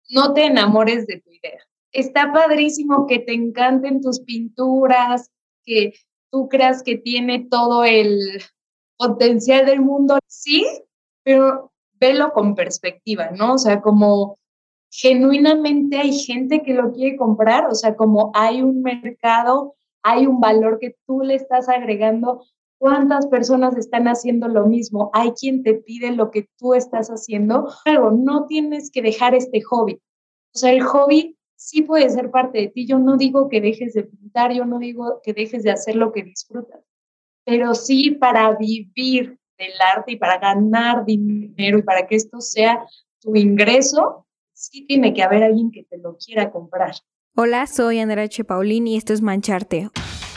no te enamores de tu idea. Está padrísimo que te encanten tus pinturas, que tú creas que tiene todo el potencial del mundo, sí, pero velo con perspectiva, ¿no? O sea, como genuinamente hay gente que lo quiere comprar, o sea, como hay un mercado, hay un valor que tú le estás agregando. ¿Cuántas personas están haciendo lo mismo? Hay quien te pide lo que tú estás haciendo, pero no tienes que dejar este hobby. O sea, el hobby sí puede ser parte de ti. Yo no digo que dejes de pintar, yo no digo que dejes de hacer lo que disfrutas, pero sí para vivir del arte y para ganar dinero y para que esto sea tu ingreso, sí tiene que haber alguien que te lo quiera comprar. Hola, soy Andrea H. Paulín y esto es Mancharte,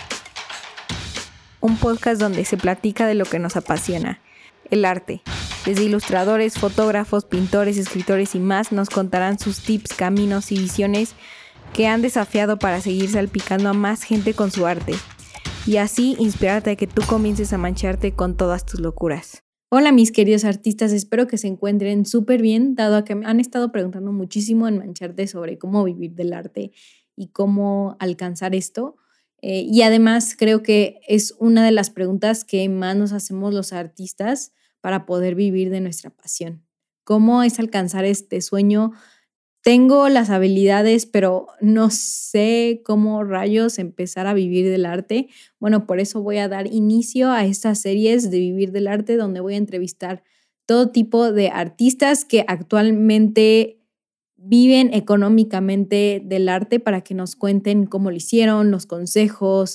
un podcast donde se platica de lo que nos apasiona, el arte. Desde ilustradores, fotógrafos, pintores, escritores y más nos contarán sus tips, caminos y visiones que han desafiado para seguir salpicando a más gente con su arte y así inspirarte a que tú comiences a mancharte con todas tus locuras. Hola mis queridos artistas, espero que se encuentren súper bien, dado a que me han estado preguntando muchísimo en Mancharte sobre cómo vivir del arte y cómo alcanzar esto. Y además creo que es una de las preguntas que más nos hacemos los artistas para poder vivir de nuestra pasión. ¿Cómo es alcanzar este sueño? Tengo las habilidades, pero no sé cómo rayos empezar a vivir del arte. Bueno, por eso voy a dar inicio a estas series de Vivir del Arte, donde voy a entrevistar todo tipo de artistas que actualmente viven económicamente del arte para que nos cuenten cómo lo hicieron, los consejos,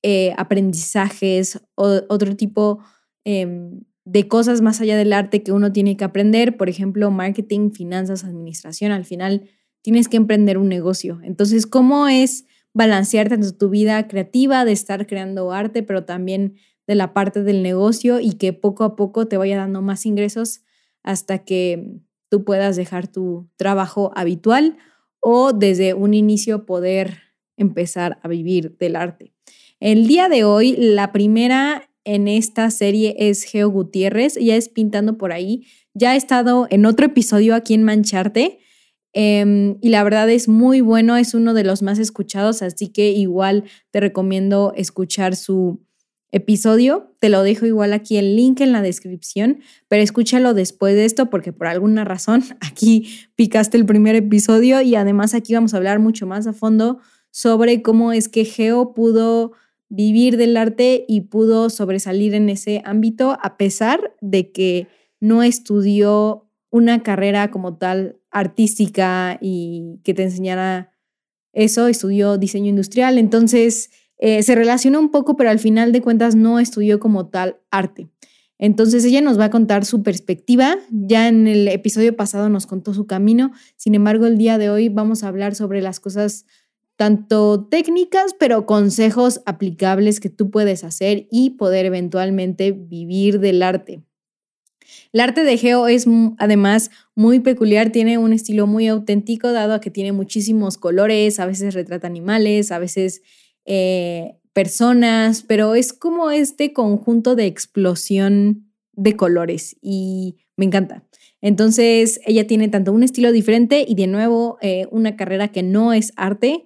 aprendizajes, otro tipo de cosas más allá del arte que uno tiene que aprender, por ejemplo, marketing, finanzas, administración. Al final tienes que emprender un negocio. Entonces, ¿cómo es balancear tanto tu vida creativa de estar creando arte, pero también de la parte del negocio y que poco a poco te vaya dando más ingresos hasta que tú puedas dejar tu trabajo habitual o desde un inicio poder empezar a vivir del arte? El día de hoy, la primera en esta serie es Geo Gutiérrez, ella es Pintando por ahí, ya ha estado en otro episodio aquí en Mancharte y la verdad es muy bueno, es uno de los más escuchados, así que igual te recomiendo escuchar su episodio, te lo dejo igual aquí el link en la descripción, pero escúchalo después de esto porque por alguna razón aquí picaste el primer episodio y además aquí vamos a hablar mucho más a fondo sobre cómo es que Geo pudo vivir del arte y pudo sobresalir en ese ámbito a pesar de que no estudió una carrera como tal artística y que te enseñara eso, estudió diseño industrial, entonces se relaciona un poco, pero al final de cuentas no estudió como tal arte. Entonces ella nos va a contar su perspectiva, ya en el episodio pasado nos contó su camino, sin embargo el día de hoy vamos a hablar sobre las cosas tanto técnicas, pero consejos aplicables que tú puedes hacer y poder eventualmente vivir del arte. El arte de Geo es además muy peculiar, tiene un estilo muy auténtico dado a que tiene muchísimos colores, a veces retrata animales, a veces personas, pero es como este conjunto de explosión de colores y me encanta. Entonces ella tiene tanto un estilo diferente y de nuevo una carrera que no es arte.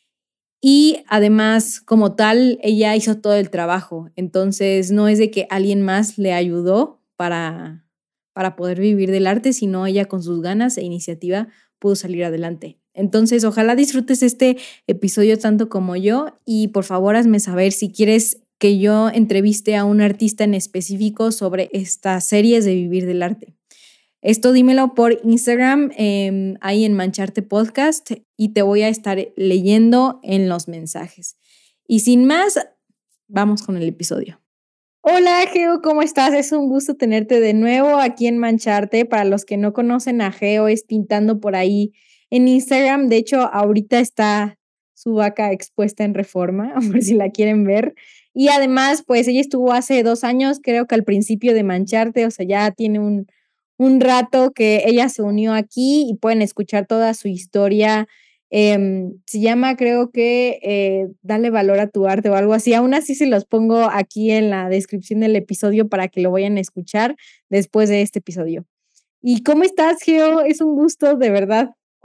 Y además, como tal, ella hizo todo el trabajo. Entonces, no es de que alguien más le ayudó para poder vivir del arte, sino ella con sus ganas e iniciativa pudo salir adelante. Entonces, ojalá disfrutes este episodio tanto como yo y por favor hazme saber si quieres que yo entreviste a un artista en específico sobre estas series de vivir del arte. Esto dímelo por Instagram, ahí en Mancharte Podcast, y te voy a estar leyendo en los mensajes. Y sin más, vamos con el episodio. Hola, Geo, ¿cómo estás? Es un gusto tenerte de nuevo aquí en Mancharte. Para los que no conocen a Geo, es Pintando por ahí en Instagram. De hecho, ahorita está su vaca expuesta en Reforma, por si la quieren ver. Y además, pues ella estuvo hace 2 años, creo que al principio de Mancharte, o sea, ya tiene un rato que ella se unió aquí y pueden escuchar toda su historia. Se llama, creo que, Dale valor a tu arte o algo así. Aún así se los pongo aquí en la descripción del episodio para que lo vayan a escuchar después de este episodio. ¿Y cómo estás, Geo? Es un gusto, de verdad.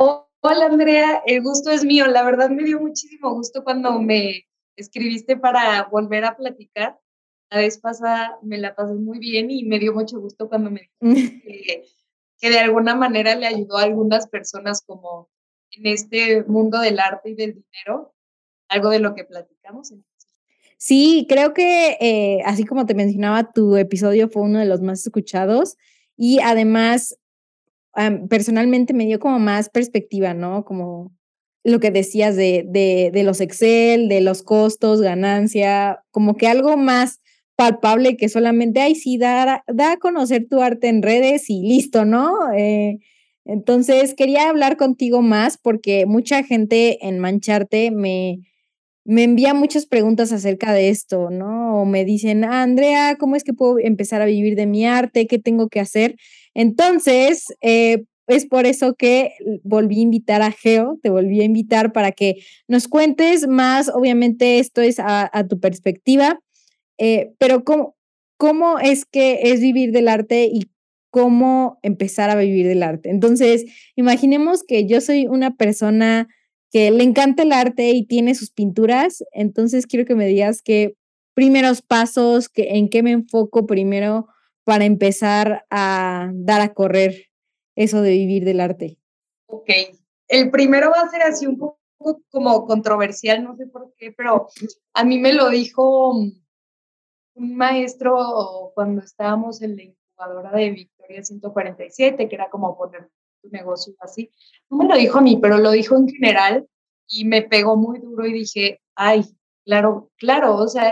Hola Andrea, el gusto es mío. La verdad me dio muchísimo gusto cuando me escribiste para volver a platicar. La vez pasada me la pasé muy bien y me dio mucho gusto cuando me dijiste que de alguna manera le ayudó a algunas personas como en este mundo del arte y del dinero, algo de lo que platicamos. Sí, creo que así como te mencionaba, tu episodio fue uno de los más escuchados y además personalmente me dio como más perspectiva, ¿no? Como lo que decías de los Excel, de los costos, ganancia, como que algo más palpable que solamente, ay, sí, da a conocer tu arte en redes y listo, ¿no? Entonces, quería hablar contigo más porque mucha gente en Mancharte me envía muchas preguntas acerca de esto, ¿no? O me dicen, Andrea, ¿cómo es que puedo empezar a vivir de mi arte? ¿Qué tengo que hacer? Entonces, es por eso que volví a invitar a Geo, te volví a invitar para que nos cuentes más, obviamente esto es a tu perspectiva, pero ¿cómo es que es vivir del arte y cómo empezar a vivir del arte? Entonces, imaginemos que yo soy una persona que le encanta el arte y tiene sus pinturas, entonces quiero que me digas qué primeros pasos, en qué me enfoco primero para empezar a dar a correr eso de vivir del arte. Ok, el primero va a ser así un poco como controversial, no sé por qué, pero a mí me lo dijo un maestro cuando estábamos en la incubadora de Victoria 147, que era como poner tu negocio así. No me lo dijo a mí, pero lo dijo en general y me pegó muy duro y dije, ay, claro, claro, o sea,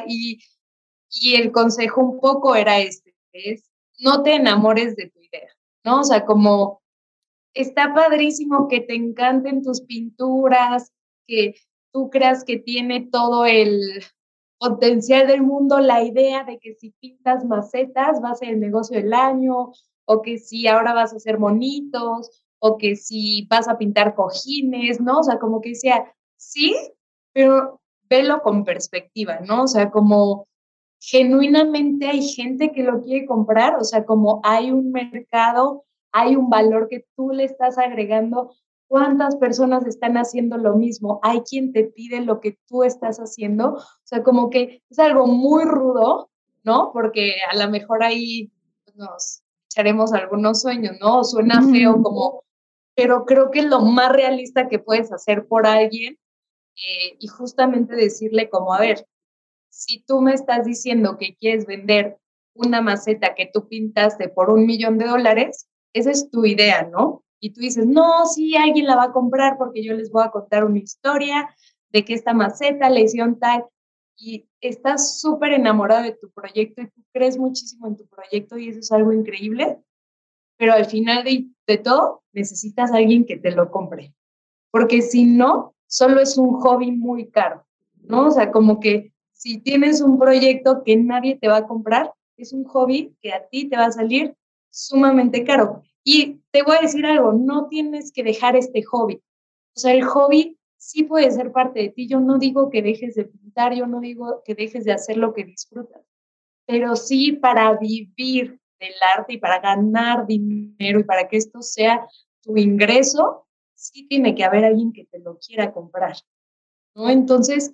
y el consejo un poco era este, es no te enamores de tu idea, ¿no? O sea, como está padrísimo que te encanten tus pinturas, que tú creas que tiene todo el potencial del mundo, la idea de que si pintas macetas va a ser el negocio del año, o que si ahora vas a hacer monitos, o que si vas a pintar cojines, ¿no? O sea, como que decía, sí, pero velo con perspectiva, ¿no? O sea, como genuinamente hay gente que lo quiere comprar, o sea, como hay un mercado, hay un valor que tú le estás agregando. ¿Cuántas personas están haciendo lo mismo? Hay quien te pide lo que tú estás haciendo. O sea, como que es algo muy rudo, ¿no? Porque a lo mejor ahí pues, nos echaremos algunos sueños, ¿no? Suena feo como, pero creo que es lo más realista que puedes hacer por alguien y justamente decirle como, a ver, si tú me estás diciendo que quieres vender una maceta que tú pintaste por $1,000,000, esa es tu idea, ¿no? Y tú dices, no, sí, alguien la va a comprar porque yo les voy a contar una historia de que esta maceta le hicieron tal, y estás súper enamorado de tu proyecto y tú crees muchísimo en tu proyecto y eso es algo increíble, pero al final de todo necesitas a alguien que te lo compre, porque si no, solo es un hobby muy caro, ¿no? O sea, como que si tienes un proyecto que nadie te va a comprar, es un hobby que a ti te va a salir sumamente caro. Y te voy a decir algo, no tienes que dejar este hobby. O sea, el hobby sí puede ser parte de ti. Yo no digo que dejes de pintar, yo no digo que dejes de hacer lo que disfrutas, pero sí para vivir del arte y para ganar dinero y para que esto sea tu ingreso, sí tiene que haber alguien que te lo quiera comprar, ¿no? Entonces,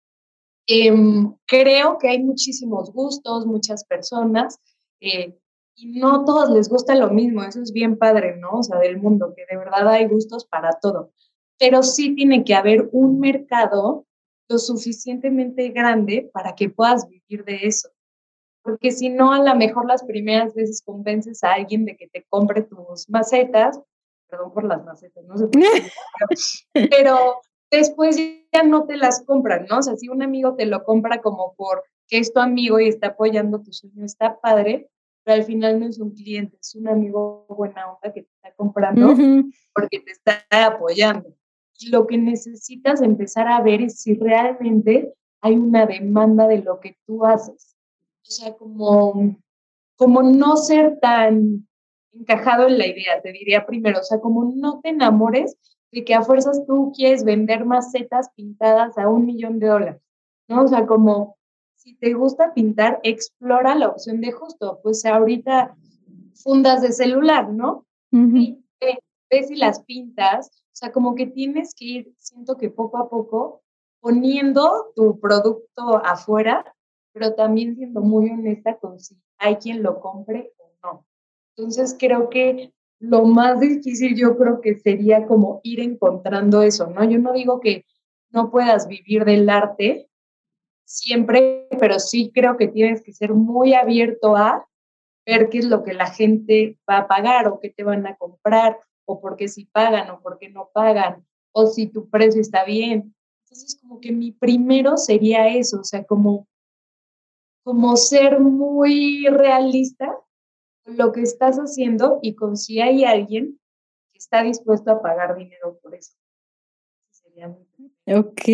creo que hay muchísimos gustos, muchas personas, y no todos les gusta lo mismo, eso es bien padre, ¿no? O sea, del mundo, que de verdad hay gustos para todo, pero sí tiene que haber un mercado lo suficientemente grande para que puedas vivir de eso, porque si no, a lo mejor las primeras veces convences a alguien de que te compre tus macetas, perdón por las macetas, no sé por qué, pero después ya no te las compran, ¿no? O sea, si un amigo te lo compra como por que es tu amigo y está apoyando tu sueño, está padre, pero al final no es un cliente, es un amigo buena onda que te está comprando Ujú. porque te está apoyando. Y lo que necesitas empezar a ver es si realmente hay una demanda de lo que tú haces. O sea, como no ser tan encajado en la idea, te diría primero, o sea, como no te enamores de que a fuerzas tú quieres vender macetas pintadas a $1,000,000, ¿no? O sea, como si te gusta pintar, explora la opción de justo, pues ahorita fundas de celular, ¿no? Ujú. Y ve si las pintas, sea, como que tienes que ir, siento que poco a poco, poniendo tu producto afuera, pero también siendo muy honesta con si hay quien lo compre o no. Entonces, creo que lo más difícil yo creo que sería como ir encontrando eso, ¿no? Yo no digo que no puedas vivir del arte siempre, pero sí creo que tienes que ser muy abierto a ver qué es lo que la gente va a pagar o qué te van a comprar o por qué sí pagan o por qué no pagan o si tu precio está bien. Entonces, como que mi primero sería eso, o sea, como ser muy realista con lo que estás haciendo y con si hay alguien que está dispuesto a pagar dinero por eso. Sería muy... Ok.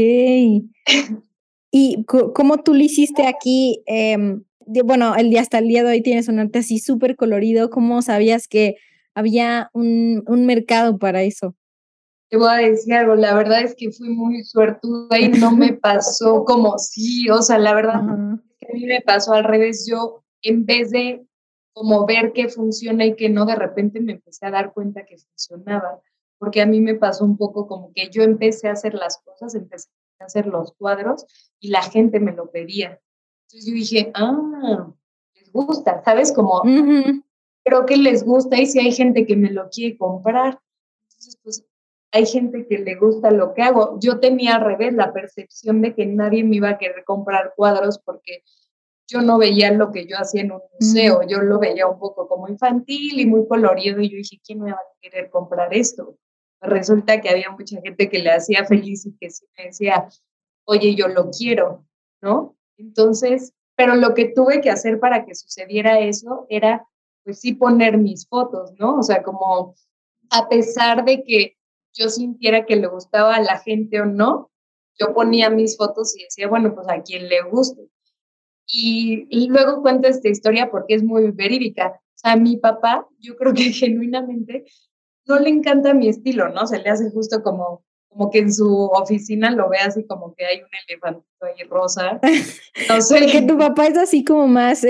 ¿Y cómo tú lo hiciste aquí? Bueno, hasta el día de hoy tienes un arte así súper colorido. ¿Cómo sabías que había un mercado para eso? Te voy a decir algo, la verdad es que fui muy suertuda y no me pasó como sí, o sea, la verdad Ajá. es que a mí me pasó al revés, yo en vez de como ver qué funciona y qué no, de repente me empecé a dar cuenta que funcionaba, porque a mí me pasó un poco como que yo empecé a hacer las cosas, empecé a hacer los cuadros y la gente me lo pedía. Entonces yo dije, les gusta, ¿sabes? Como Ujú. creo que les gusta y si hay gente que me lo quiere comprar. Entonces, pues hay gente que le gusta lo que hago. Yo tenía al revés la percepción de que nadie me iba a querer comprar cuadros porque yo no veía lo que yo hacía en un museo, yo lo veía un poco como infantil y muy colorido y yo dije, ¿quién me va a querer comprar esto? Resulta que había mucha gente que le hacía feliz y que sí me decía, oye, yo lo quiero, ¿no? Entonces, pero lo que tuve que hacer para que sucediera eso era, pues sí, poner mis fotos, ¿no? O sea, como a pesar de que yo sintiera que le gustaba a la gente o no, yo ponía mis fotos y decía, bueno, pues a quien le guste. Y luego cuento esta historia porque es muy verídica. O sea, mi papá, yo creo que genuinamente no le encanta mi estilo, ¿no? Se le hace justo como que en su oficina lo ve así como que hay un elefantito ahí rosa. No Porque sé, tu papá es así como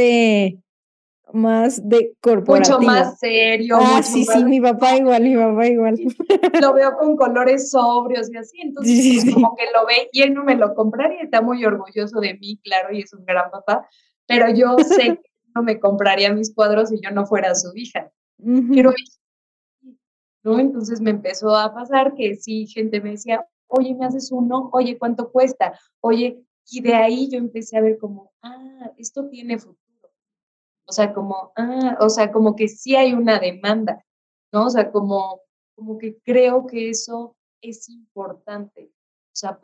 más de mucho más corporativo. serio, Ah, mucho sí, más... sí, mi papá igual, mi papá igual. Lo veo con colores sobrios y así, Sí, entonces sí, pues sí. como que lo ve y él no me lo compraría, está muy orgulloso de mí, claro, y es un gran papá, pero yo sé que no me compraría mis cuadros si yo no fuera su hija. Pero Ujú. ¿no? Entonces me empezó a pasar que sí, gente me decía, oye, ¿me haces uno? Oye, ¿cuánto cuesta? Oye, y de ahí yo empecé a ver como, esto tiene futuro. O sea, como que sí hay una demanda, ¿no? O sea, como que creo que eso es importante, o sea,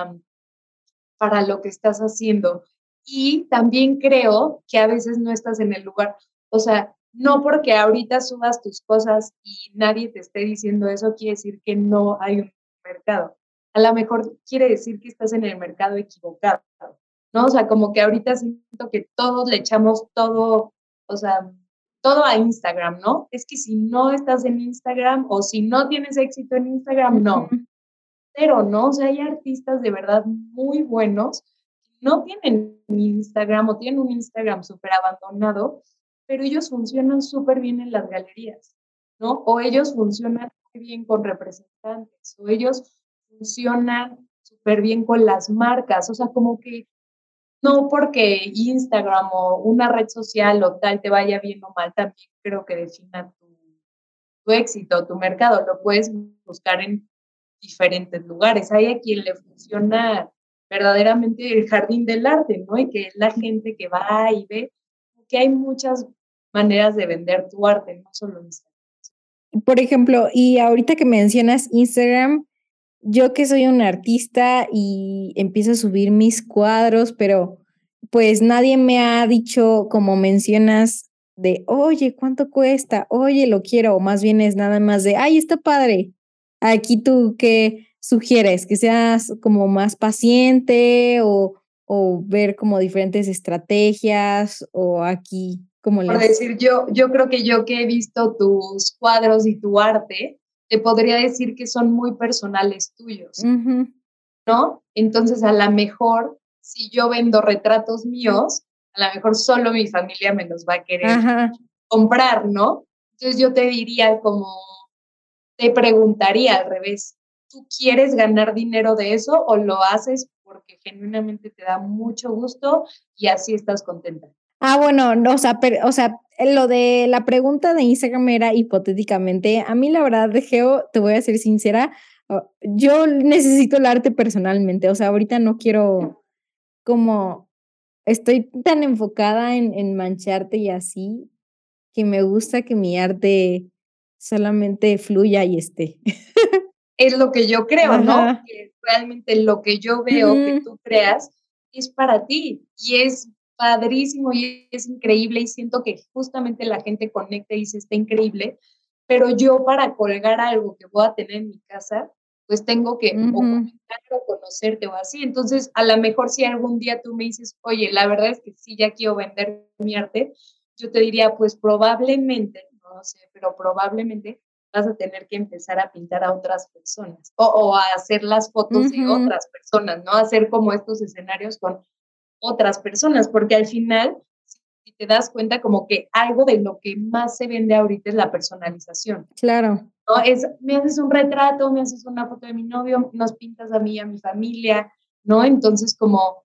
para lo que estás haciendo. Y también creo que a veces no estás en el lugar, o sea, no porque ahorita subas tus cosas y nadie te esté diciendo eso, quiere decir que no hay un mercado. A lo mejor quiere decir que estás en el mercado equivocado, ¿no? O sea, como que ahorita siento que todos le echamos todo, o sea, todo a Instagram, ¿no? Es que si no estás en Instagram o si no tienes éxito en Instagram, no, Ujú. pero no, o sea, hay artistas de verdad muy buenos, no tienen Instagram o tienen un Instagram súper abandonado, pero ellos funcionan súper bien en las galerías, ¿no? O ellos funcionan muy bien con representantes, o ellos funcionan súper bien con las marcas, o sea, como que no porque Instagram o una red social o tal te vaya bien o mal, también creo que defina tu éxito, tu mercado, lo puedes buscar en diferentes lugares. Hay a quien le funciona verdaderamente el jardín del arte, ¿no? Y que es la gente que va y ve que hay muchas maneras de vender tu arte, no solo Instagram. Por ejemplo, y ahorita que mencionas Instagram, yo que soy un artista y empiezo a subir mis cuadros, pero pues nadie me ha dicho, como mencionas, de, oye, ¿cuánto cuesta? Oye, lo quiero, o más bien es nada más de, ay, está padre. Aquí tú, ¿qué sugieres? ¿Que seas como más paciente o ver como diferentes estrategias o aquí, cómo le Por haces? decir, yo creo que yo que he visto tus cuadros y tu arte, te podría decir que son muy personales tuyos, Ujú. ¿no? Entonces, a lo mejor, si yo vendo retratos míos, a lo mejor solo mi familia me los va a querer Ajá. comprar, ¿no? Entonces yo te diría como, te preguntaría al revés, ¿tú quieres ganar dinero de eso o lo haces porque genuinamente te da mucho gusto y así estás contenta? Bueno, no, o sea, lo de la pregunta de Instagram era hipotéticamente. A mí, la verdad, de Geo, te voy a ser sincera, yo necesito el arte personalmente. O sea, ahorita no quiero como estoy tan enfocada en mancharte y así, que me gusta que mi arte solamente fluya y esté. Es lo que yo creo, ¿no? Ajá. Que realmente lo que yo veo que Ujú, tú creas es para ti y es padrísimo y es increíble y siento que justamente la gente conecta y dice está increíble, pero yo para colgar algo que voy a tener en mi casa, pues tengo que o ujú. conectar o conocerte o así. Entonces, a lo mejor si algún día tú me dices, oye, la verdad es que sí, ya quiero vender mi arte, yo te diría, pues probablemente, no sé, pero probablemente vas a tener que empezar a pintar a otras personas o a hacer las fotos de Ujú. otras personas, ¿no? Hacer como estos escenarios con otras personas, porque al final, si te das cuenta, como que algo de lo que más se vende ahorita es la personalización, Claro. ¿no? Es, me haces un retrato, me haces una foto de mi novio, nos pintas a mí y a mi familia, ¿no? Entonces,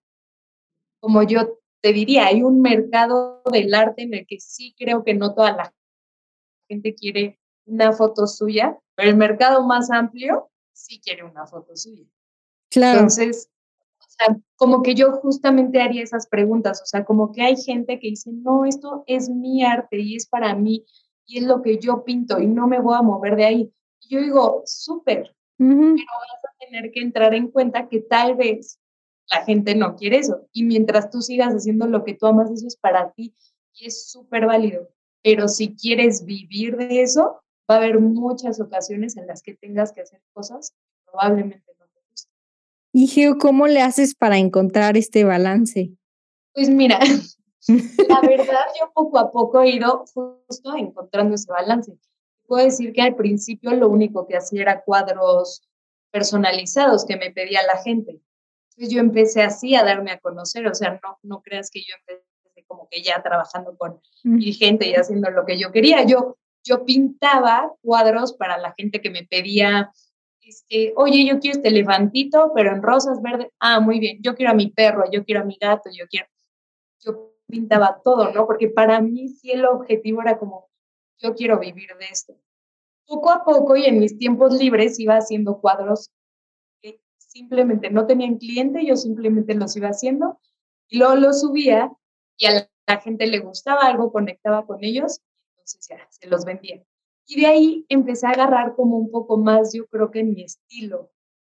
como yo te diría, hay un mercado del arte en el que sí creo que no toda la gente quiere una foto suya, pero el mercado más amplio sí quiere una foto suya. Claro. Entonces, o sea, como que yo justamente haría esas preguntas, o sea, como que hay gente que dice, no, esto es mi arte y es para mí y es lo que yo pinto y no me voy a mover de ahí. Y yo digo, súper, Ujú. pero vas a tener que entrar en cuenta que tal vez la gente no quiere eso. Y mientras tú sigas haciendo lo que tú amas, eso es para ti y es súper válido. Pero si quieres vivir de eso, va a haber muchas ocasiones en las que tengas que hacer cosas que probablemente no te gusten. Y Geo, ¿cómo le haces para encontrar este balance? Pues mira, la verdad yo poco a poco he ido justo encontrando ese balance. Puedo decir que al principio lo único que hacía era cuadros personalizados que me pedía la gente. Entonces yo empecé así a darme a conocer, o sea, no creas que yo empecé como que ya trabajando con Mm. mi gente y haciendo lo que yo quería. Yo pintaba cuadros para la gente que me pedía, oye, yo quiero este elefantito, pero en rosas, verdes. Ah, muy bien, yo quiero a mi perro, yo quiero a mi gato, yo pintaba todo, ¿no? Porque para mí sí el objetivo era como, yo quiero vivir de esto. Poco a poco y en mis tiempos libres iba haciendo cuadros que simplemente no tenían cliente, yo simplemente los iba haciendo y luego los subía y a la gente le gustaba algo, conectaba con ellos, entonces ya se los vendía. Y de ahí empecé a agarrar como un poco más, yo creo que en mi estilo,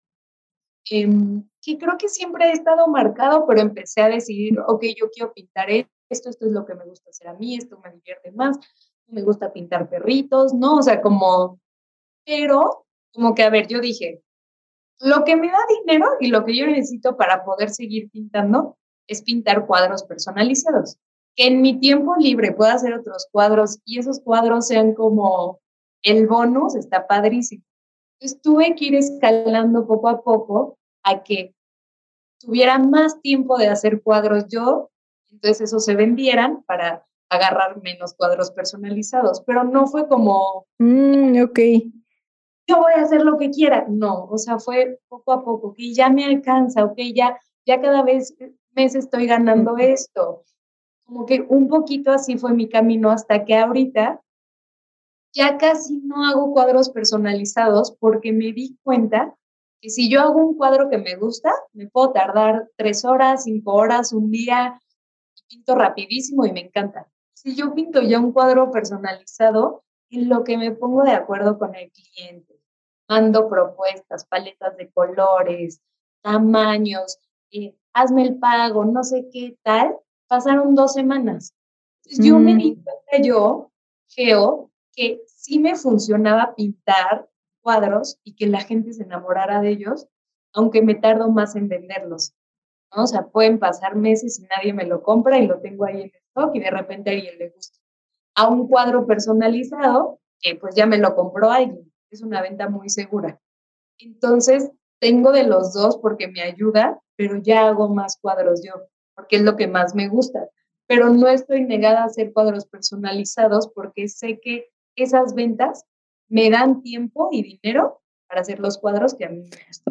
que creo que siempre he estado marcado, pero empecé a decidir, ok, yo quiero pintar esto es lo que me gusta hacer a mí, esto me divierte más, me gusta pintar perritos, ¿no? O sea, pero como que, a ver, yo dije, lo que me da dinero y lo que yo necesito para poder seguir pintando es pintar cuadros personalizados. Que en mi tiempo libre pueda hacer otros cuadros y esos cuadros sean como el bonus, está padrísimo. Entonces tuve que ir escalando poco a poco a que tuviera más tiempo de hacer cuadros yo, entonces esos se vendieran para agarrar menos cuadros personalizados, pero no fue como Okey. yo voy a hacer lo que quiera. No, o sea, fue poco a poco, que ya me alcanza, ya cada vez mes estoy ganando Mm. esto. Como que un poquito así fue mi camino hasta que ahorita ya casi no hago cuadros personalizados porque me di cuenta que si yo hago un cuadro que me gusta, me puedo tardar 3 horas, 5 horas, un día, y pinto rapidísimo y me encanta. Si yo pinto ya un cuadro personalizado, en lo que me pongo de acuerdo con el cliente, mando propuestas, paletas de colores, tamaños, hazme el pago, no sé qué tal, pasaron 2 semanas. Entonces yo me di cuenta Geo, que sí me funcionaba pintar cuadros y que la gente se enamorara de ellos, aunque me tardo más en venderlos, ¿no? O sea, pueden pasar meses y nadie me lo compra y lo tengo ahí en stock y de repente a alguien le gusta. A un cuadro personalizado, que pues ya me lo compró alguien, es una venta muy segura. Entonces, tengo de los dos porque me ayuda, pero ya hago más cuadros yo, porque es lo que más me gusta. Pero no estoy negada a hacer cuadros personalizados porque sé que esas ventas me dan tiempo y dinero para hacer los cuadros que a mí me gustan.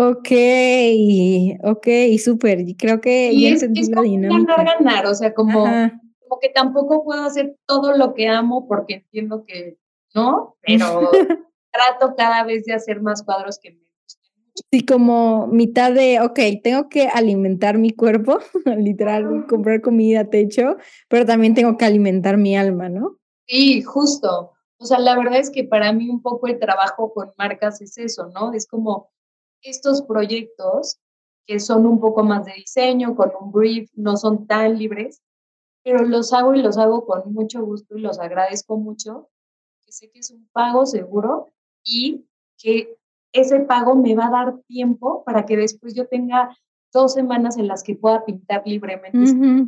Ok, súper. Y creo que ya Y entendí es la como un dinámica. ganar-ganar, o sea, Ajá. como que tampoco puedo hacer todo lo que amo porque entiendo que no, pero trato cada vez de hacer más cuadros que me gusten mucho. Sí, como mitad de, ok, tengo que alimentar mi cuerpo, literal, Claro. comprar comida, techo, pero también tengo que alimentar mi alma, ¿no? Sí, justo. O sea, la verdad es que para mí un poco el trabajo con marcas es eso, ¿no? Es como estos proyectos que son un poco más de diseño, con un brief, no son tan libres, pero los hago y los hago con mucho gusto y los agradezco mucho, que sé que es un pago seguro y que ese pago me va a dar tiempo para que después yo tenga 2 semanas en las que pueda pintar libremente. Ujú.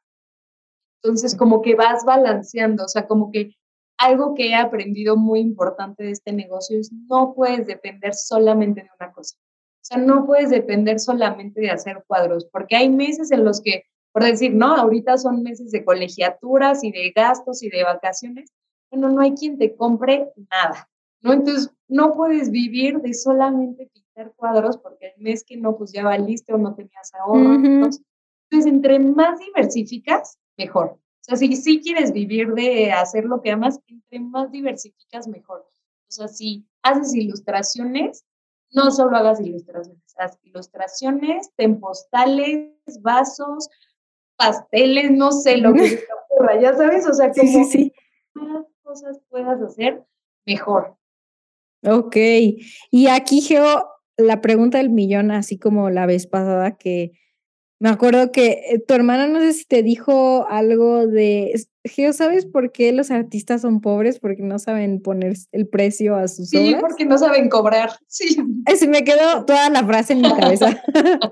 Entonces, como que vas balanceando, o sea, como que algo que he aprendido muy importante de este negocio es no puedes depender solamente de una cosa. O sea, no puedes depender solamente de hacer cuadros, porque hay meses en los que, por decir, ¿no? Ahorita son meses de colegiaturas y de gastos y de vacaciones. Bueno, no hay quien te compre nada, ¿no? Entonces, no puedes vivir de solamente pintar cuadros porque el mes que no, pues ya valiste o no tenías Ujú. ahorros. Entonces, entre más diversificas, mejor. O sea, si sí quieres vivir de hacer lo que amas, entre más diversificas, mejor. O sea, si haces ilustraciones, no solo hagas ilustraciones, haz ilustraciones, ten postales, vasos, pasteles, no sé, lo que se te ocurra, ya sabes, o sea, Sí, sí, como sí. más cosas puedas hacer, mejor. Ok. Y aquí, Geo, la pregunta del millón, así como la vez pasada que me acuerdo que tu hermana no sé si te dijo algo de, Geo, ¿sabes por qué los artistas son pobres? Porque no saben poner el precio a sus Sí, obras. porque no saben cobrar. Sí. Se me quedó toda la frase en mi cabeza.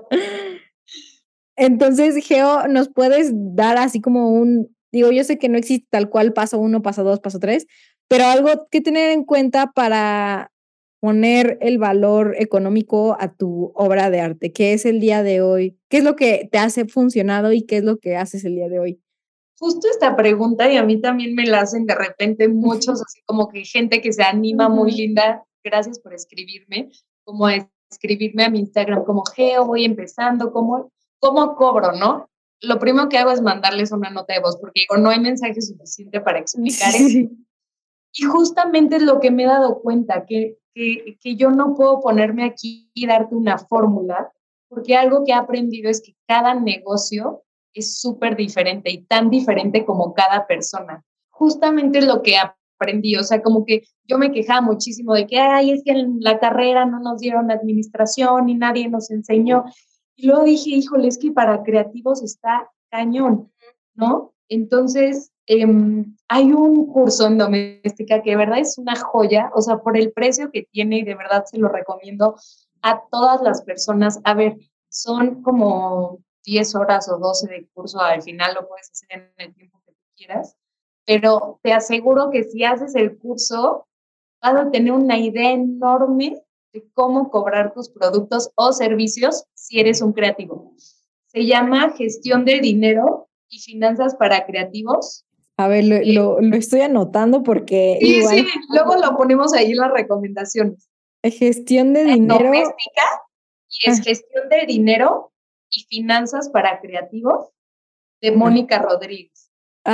Entonces, Geo, ¿nos puedes dar así como digo, yo sé que no existe tal cual paso uno, paso dos, paso tres, pero algo que tener en cuenta para poner el valor económico a tu obra de arte? ¿Qué es el día de hoy? ¿Qué es lo que te hace funcionado y qué es lo que haces el día de hoy? Justo esta pregunta, y a mí también me la hacen de repente muchos, así como que gente que se anima muy Ujú. linda, gracias por escribirme, como a escribirme a mi Instagram, como Geo, voy empezando, ¿cómo cobro, no? Lo primero que hago es mandarles una nota de voz, porque digo, no hay mensaje suficiente para Sí, explicar sí, esto. sí. Y justamente es lo que me he dado cuenta, que yo no puedo ponerme aquí y darte una fórmula, porque algo que he aprendido es que cada negocio es súper diferente y tan diferente como cada persona. Justamente es lo que aprendí, o sea, como que yo me quejaba muchísimo de que, ay, es que en la carrera no nos dieron administración y nadie nos enseñó. Y luego dije, híjole, es que para creativos está cañón, ¿no? Entonces, hay un curso en doméstica que de verdad es una joya, o sea, por el precio que tiene y de verdad se lo recomiendo a todas las personas. A ver, son como 10 horas o 12 de curso, al final lo puedes hacer en el tiempo que tú quieras, pero te aseguro que si haces el curso, vas a tener una idea enorme de cómo cobrar tus productos o servicios si eres un creativo. Se llama Gestión del Dinero y Finanzas para Creativos. A ver, lo estoy anotando porque Sí, sí, igual, luego lo ponemos ahí en las recomendaciones. gestión de dinero. Doméstica y es Ah, Gestión del Dinero y Finanzas para Creativos de ah, Mónica Rodríguez.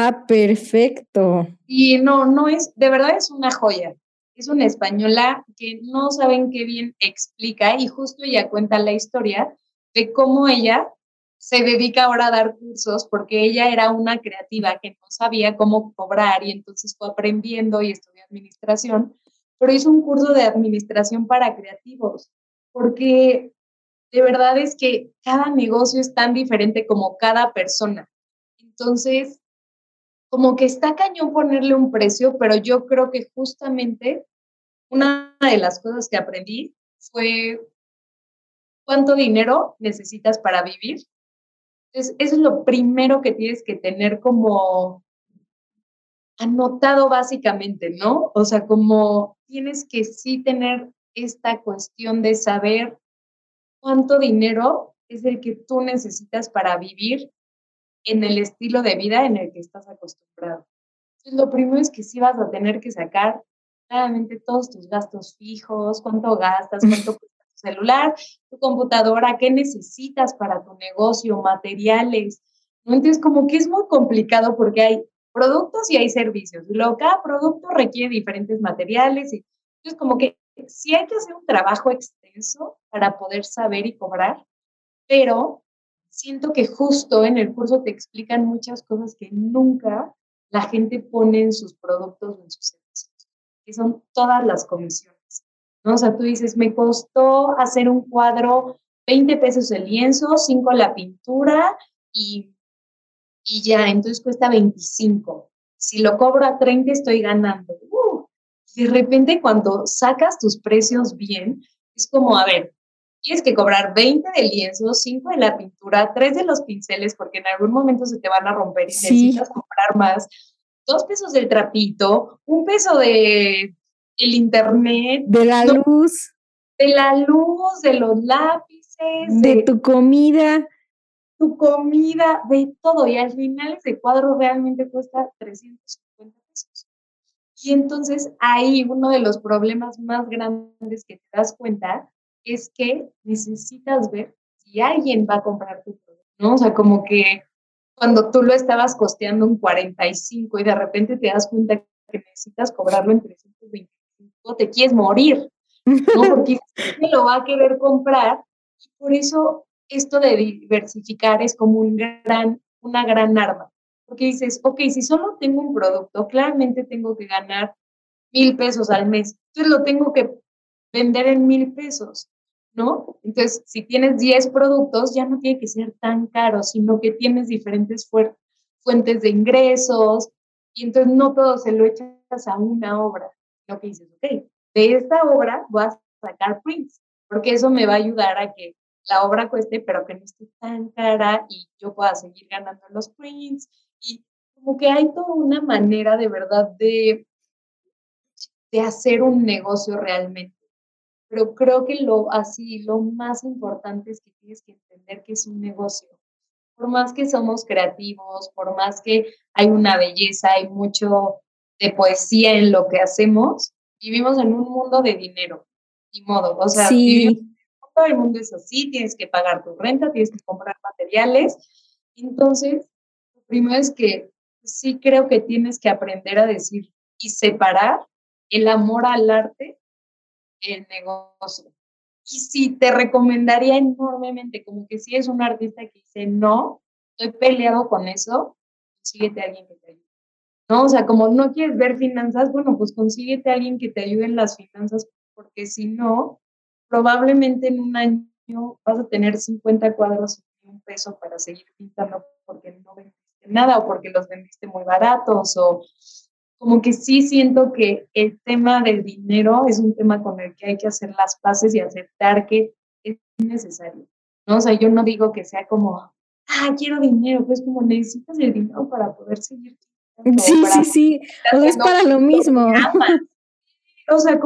perfecto. Y no es, de verdad es una joya. Es una española que no saben qué bien explica y justo ella cuenta la historia de cómo ella se dedica ahora a dar cursos porque ella era una creativa que no sabía cómo cobrar y entonces fue aprendiendo y estudió administración, pero hizo un curso de administración para creativos porque de verdad es que cada negocio es tan diferente como cada persona. Entonces, como que está cañón ponerle un precio, pero yo creo que justamente una de las cosas que aprendí fue cuánto dinero necesitas para vivir. Entonces, eso es lo primero que tienes que tener como anotado básicamente, ¿no? O sea, como tienes que sí tener esta cuestión de saber cuánto dinero es el que tú necesitas para vivir en el estilo de vida en el que estás acostumbrado. Entonces, lo primero es que sí vas a tener que sacar claramente todos tus gastos fijos, cuánto gastas, cuánto cuesta tu celular, tu computadora, qué necesitas para tu negocio, materiales, ¿no? Entonces, como que es muy complicado porque hay productos y hay servicios. Y luego, cada producto requiere diferentes materiales. Y entonces, como que sí hay que hacer un trabajo extenso para poder saber y cobrar, pero siento que justo en el curso te explican muchas cosas que nunca la gente pone en sus productos o en sus servicios, que son todas las comisiones, ¿no? O sea, tú dices, me costó hacer un cuadro 20 pesos el lienzo, 5 la pintura y, y ya, entonces cuesta 25. Si lo cobro a 30 estoy ganando. De repente cuando sacas tus precios bien, es como, a ver, tienes que cobrar 20 del lienzo, 5 de la pintura, 3 de los pinceles, porque en algún momento se te van a romper y Sí, necesitas comprar más, 2 pesos del trapito, 1 peso de el internet, de la no, luz, de la luz, de los lápices, de de tu comida. tu comida, de todo. Y al final ese cuadro realmente cuesta 350 pesos. Y entonces ahí uno de los problemas más grandes que te das cuenta es que necesitas ver si alguien va a comprar tu producto, ¿no? O sea, como que cuando tú lo estabas costeando un 45 y de repente te das cuenta que necesitas cobrarlo en 325, te quieres morir, ¿no? Porque me lo va a querer comprar y por eso esto de diversificar es como una gran arma. Porque dices, ok, si solo tengo un producto, claramente tengo que ganar 1,000 pesos al mes. Entonces lo tengo que vender en 1,000 pesos, ¿no? Entonces, si tienes 10 productos, ya no tiene que ser tan caro, sino que tienes diferentes fuentes de ingresos y entonces no todo se lo echas a una obra. Lo que dices, ok, de esta obra voy a sacar prints, porque eso me va a ayudar a que la obra cueste, pero que no esté tan cara y yo pueda seguir ganando los prints. Y como que hay toda una manera de verdad de hacer un negocio realmente. Pero creo que lo más importante es que tienes que entender que es un negocio. Por más que somos creativos, por más que hay una belleza, hay mucho de poesía en lo que hacemos, vivimos en un mundo de dinero, ni modo. O sea, vivimos, Sí, todo el mundo es así, tienes que pagar tu renta, tienes que comprar materiales. Entonces, lo primero es que sí creo que tienes que aprender a decir y separar el amor al arte del negocio. Y sí, te recomendaría enormemente, como que si es un artista que dice, no, estoy peleado con eso, consíguete a alguien que te ayude. ¿No? O sea, como no quieres ver finanzas, bueno, pues consíguete a alguien que te ayude en las finanzas, porque si no, probablemente en un año vas a tener 50 cuadros y 1 peso para seguir pintando porque no vendiste nada o porque los vendiste muy baratos o como que sí siento que el tema del dinero es un tema con el que hay que hacer las paces y aceptar que es necesario, ¿no? O sea, yo no digo que sea como, quiero dinero, pues como necesitas el dinero para poder seguir pintando, sí, para sí, poder sí. seguir O sea, es haciendo para lo lo que mismo. amas. O sea,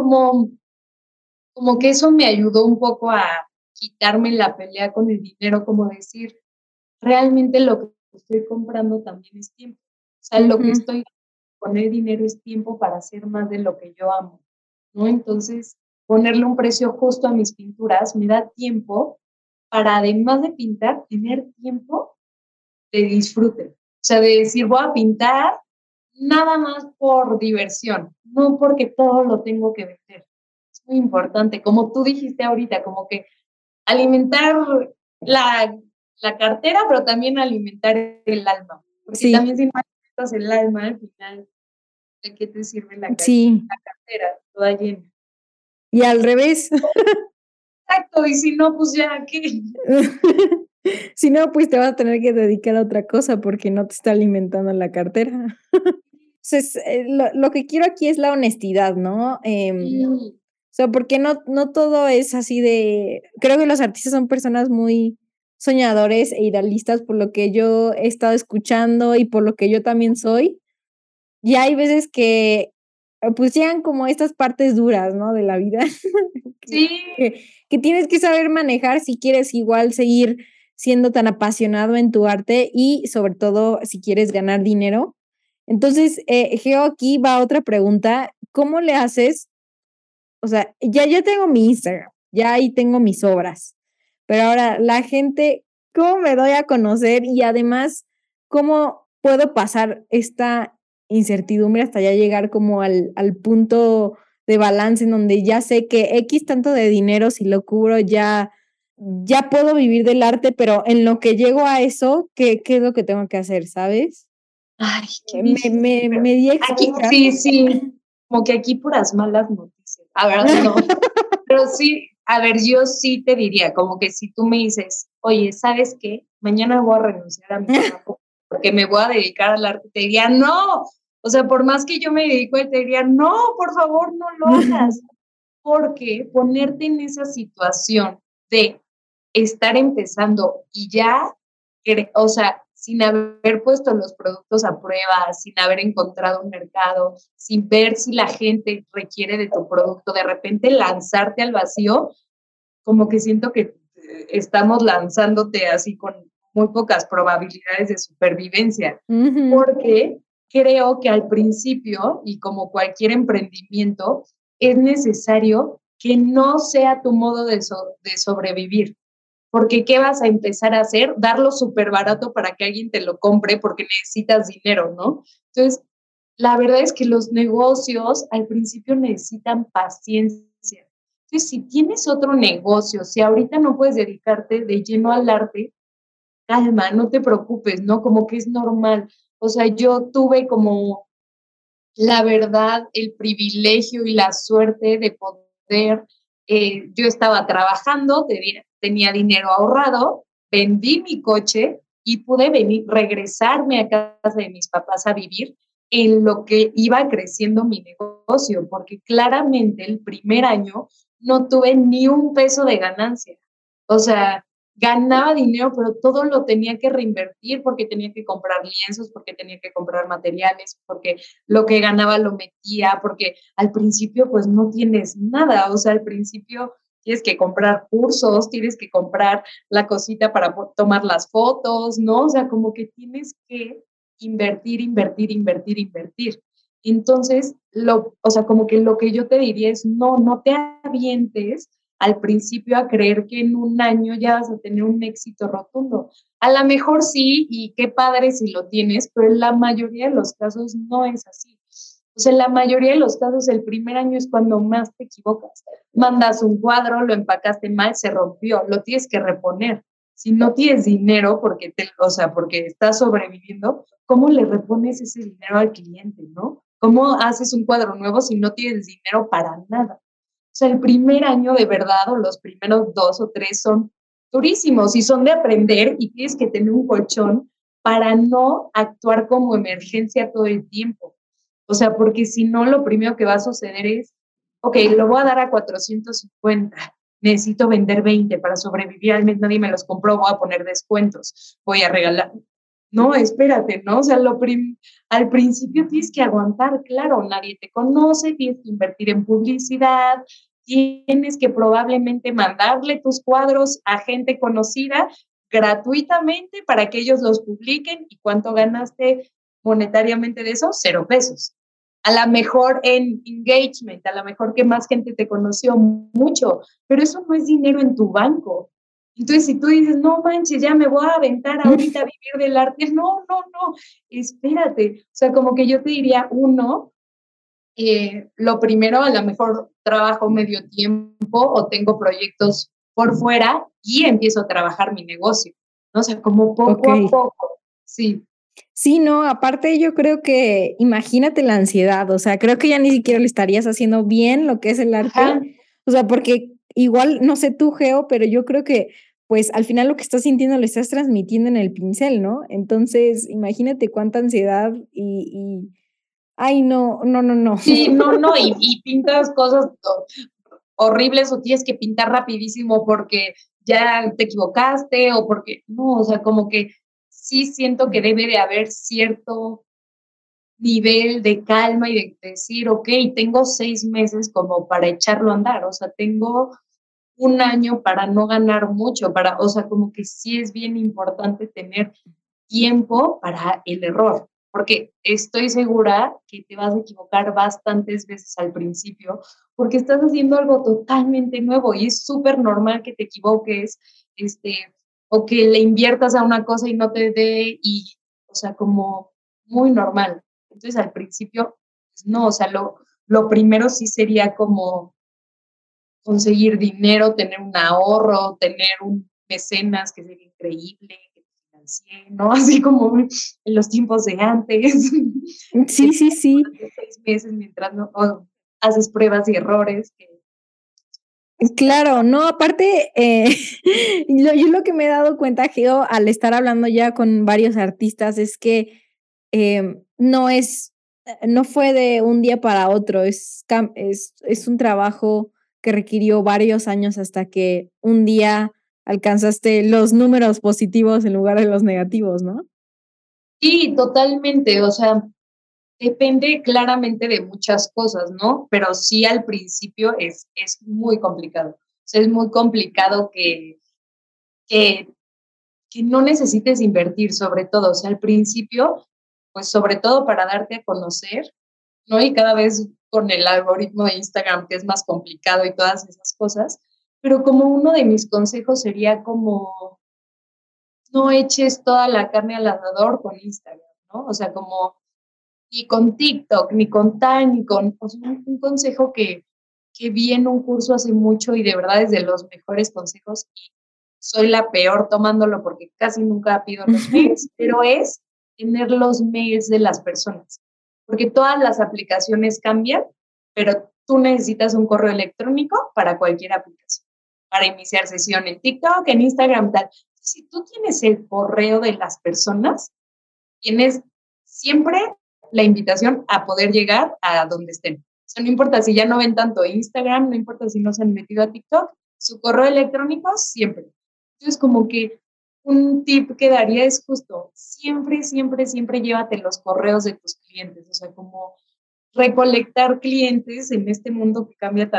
como que eso me ayudó un poco a quitarme la pelea con el dinero, como decir, realmente lo que estoy comprando también es tiempo. O sea, lo que Ujú. estoy poner dinero es tiempo para hacer más de lo que yo amo, ¿no? Entonces, ponerle un precio justo a mis pinturas me da tiempo para, además de pintar, tener tiempo de disfrute. O sea, de decir, voy a pintar nada más por diversión, no porque todo lo tengo que vender. Es muy importante, como tú dijiste ahorita, como que alimentar la, la cartera, pero también alimentar el alma, porque Sí, también si no alimentas el alma, al final, ¿de qué te sirve sí. la cartera toda llena? Y al revés. Exacto, y si no, pues ya, ¿qué? Si no, pues te vas a tener que dedicar a otra cosa porque no te está alimentando la cartera. Entonces, lo que quiero aquí es la honestidad, ¿no? Sí, O sea, porque no todo es así de creo que los artistas son personas muy soñadores e idealistas, por lo que yo he estado escuchando y por lo que yo también soy. Y hay veces que, pues, llegan como estas partes duras, ¿no?, de la vida, que sí, que tienes que saber manejar si quieres igual seguir siendo tan apasionado en tu arte y, sobre todo, si quieres ganar dinero. Entonces, Geo, aquí va otra pregunta ¿cómo le haces? O sea, ya tengo mi Instagram, ya ahí tengo mis obras, pero ahora la gente, ¿cómo me doy a conocer? Y además, ¿cómo puedo pasar esta incertidumbre hasta ya llegar como al punto de balance en donde ya sé que X tanto de dinero, si lo cubro, ya puedo vivir del arte, pero en lo que llego a eso, ¿qué es lo que tengo que hacer, sabes? Ay, qué Me difícil. me Pero me di a aquí, explicar. sí, sí, como que aquí puras malas noticias. La verdad, no. Pero sí, a ver, yo sí te diría, como que si tú me dices, oye, ¿sabes qué? Mañana voy a renunciar a mi trabajo porque me voy a dedicar al arte, te diría, no. O sea, por más que yo me dedico, te diría, no, por favor, no lo hagas. Porque ponerte en esa situación de estar empezando y ya, o sea, sin haber puesto los productos a prueba, sin haber encontrado un mercado, sin ver si la gente requiere de tu producto, de repente lanzarte al vacío, como que siento que estamos lanzándote así con muy pocas probabilidades de supervivencia, porque creo que al principio, y como cualquier emprendimiento, es necesario que no sea tu modo de sobrevivir. Porque ¿qué vas a empezar a hacer? Darlo súper barato para que alguien te lo compre porque necesitas dinero, ¿no? Entonces, la verdad es que los negocios al principio necesitan paciencia. Entonces, si tienes otro negocio, si ahorita no puedes dedicarte de lleno al arte, calma, no te preocupes, ¿no? Como que es normal. O sea, yo tuve como la verdad, el privilegio y la suerte de poder, yo estaba trabajando, tenía dinero ahorrado, vendí mi coche y pude regresarme a casa de mis papás a vivir en lo que iba creciendo mi negocio, porque claramente el primer año no tuve ni un peso de ganancia. O sea, ganaba dinero, pero todo lo tenía que reinvertir porque tenía que comprar lienzos, porque tenía que comprar materiales, porque lo que ganaba lo metía, porque al principio pues no tienes nada, o sea, al principio tienes que comprar cursos, tienes que comprar la cosita para tomar las fotos, ¿no? O sea, como que tienes que invertir, invertir, invertir, invertir. Entonces, o sea, como que lo que yo te diría es, no te avientes al principio a creer que en un año ya vas a tener un éxito rotundo. A lo mejor sí, y qué padre si lo tienes, pero en la mayoría de los casos no es así. O sea, en la mayoría de los casos el primer año es cuando más te equivocas. Mandas un cuadro, lo empacaste mal, se rompió, lo tienes que reponer. Si no tienes dinero o sea, porque estás sobreviviendo, ¿cómo le repones ese dinero al cliente, no? ¿Cómo haces un cuadro nuevo si no tienes dinero para nada? O sea, el primer año de verdad o los primeros 2 o 3 son durísimos y son de aprender y tienes que tener un colchón para no actuar como emergencia todo el tiempo. O sea, porque si no, lo primero que va a suceder es, ok, lo voy a dar a 450, necesito vender 20 para sobrevivir al mes, nadie me los compró, voy a poner descuentos, voy a regalar. No, espérate, ¿no? O sea, al principio tienes que aguantar, claro, nadie te conoce, tienes que invertir en publicidad, tienes que probablemente mandarle tus cuadros a gente conocida gratuitamente para que ellos los publiquen. ¿Y cuánto ganaste monetariamente de eso? 0 pesos. A lo mejor en engagement, a lo mejor que más gente te conoció mucho, pero eso no es dinero en tu banco. Entonces, si tú dices, no manches, ya me voy a aventar ahorita a vivir del arte, no, espérate. O sea, como que yo te diría, lo primero, a lo mejor trabajo medio tiempo o tengo proyectos por fuera y empiezo a trabajar mi negocio, ¿no? O sea, como poco a poco, sí. Sí, no, aparte yo creo que imagínate la ansiedad, o sea, creo que ya ni siquiera le estarías haciendo bien lo que es el arte, Ajá. o sea, porque igual, no sé tú, Geo, pero yo creo que, pues, al final lo que estás sintiendo lo estás transmitiendo en el pincel, ¿no? Entonces, imagínate cuánta ansiedad ay, no. Sí, no, y pintas cosas horribles o tienes que pintar rapidísimo porque ya te equivocaste o porque, no, o sea, como que sí siento que debe de haber cierto nivel de calma y de decir, ok, tengo 6 meses como para echarlo a andar, o sea, tengo un año para no ganar mucho, o sea, como que sí es bien importante tener tiempo para el error. porque estoy segura que te vas a equivocar bastantes veces al principio, porque estás haciendo algo totalmente nuevo y es súper normal que te equivoques, o que le inviertas a una cosa y no te dé, y, o sea, como muy normal. Entonces, al principio, pues no, o sea, lo primero sí sería como conseguir dinero, tener un ahorro, tener un mecenas, que sería increíble, que te financie, ¿no? Así como en los tiempos de antes. Sí, sí, sí. 6 meses mientras no haces pruebas y errores. Claro, no, aparte, yo lo que me he dado cuenta, Geo, al estar hablando ya con varios artistas, es que no fue de un día para otro, es un trabajo que requirió varios años hasta que un día alcanzaste los números positivos en lugar de los negativos, ¿no? Sí, totalmente, o sea, depende claramente de muchas cosas, ¿no? Pero sí al principio es muy complicado. O sea, es muy complicado que, que no necesites invertir, sobre todo. O sea, al principio, pues sobre todo para darte a conocer, ¿no? Y cada vez con el algoritmo de Instagram, que es más complicado y todas esas cosas. Pero como uno de mis consejos sería como no eches toda la carne al asador con Instagram, ¿no? O sea, como ni con TikTok, ni con tal, ni con, o sea, un consejo que vi en un curso hace mucho y de verdad es de los mejores consejos y soy la peor tomándolo porque casi nunca pido los mails, pero es tener los mails de las personas, porque todas las aplicaciones cambian, pero tú necesitas un correo electrónico para cualquier aplicación, para iniciar sesión en TikTok, en Instagram, tal. Si tú tienes el correo de las personas, tienes siempre la invitación a poder llegar a donde estén. O sea, no importa si ya no ven tanto Instagram, no importa si no se han metido a TikTok, su correo electrónico siempre. Entonces, como que un tip que daría es justo, siempre, siempre, siempre llévate los correos de tus clientes. O sea, como recolectar clientes en este mundo que cambia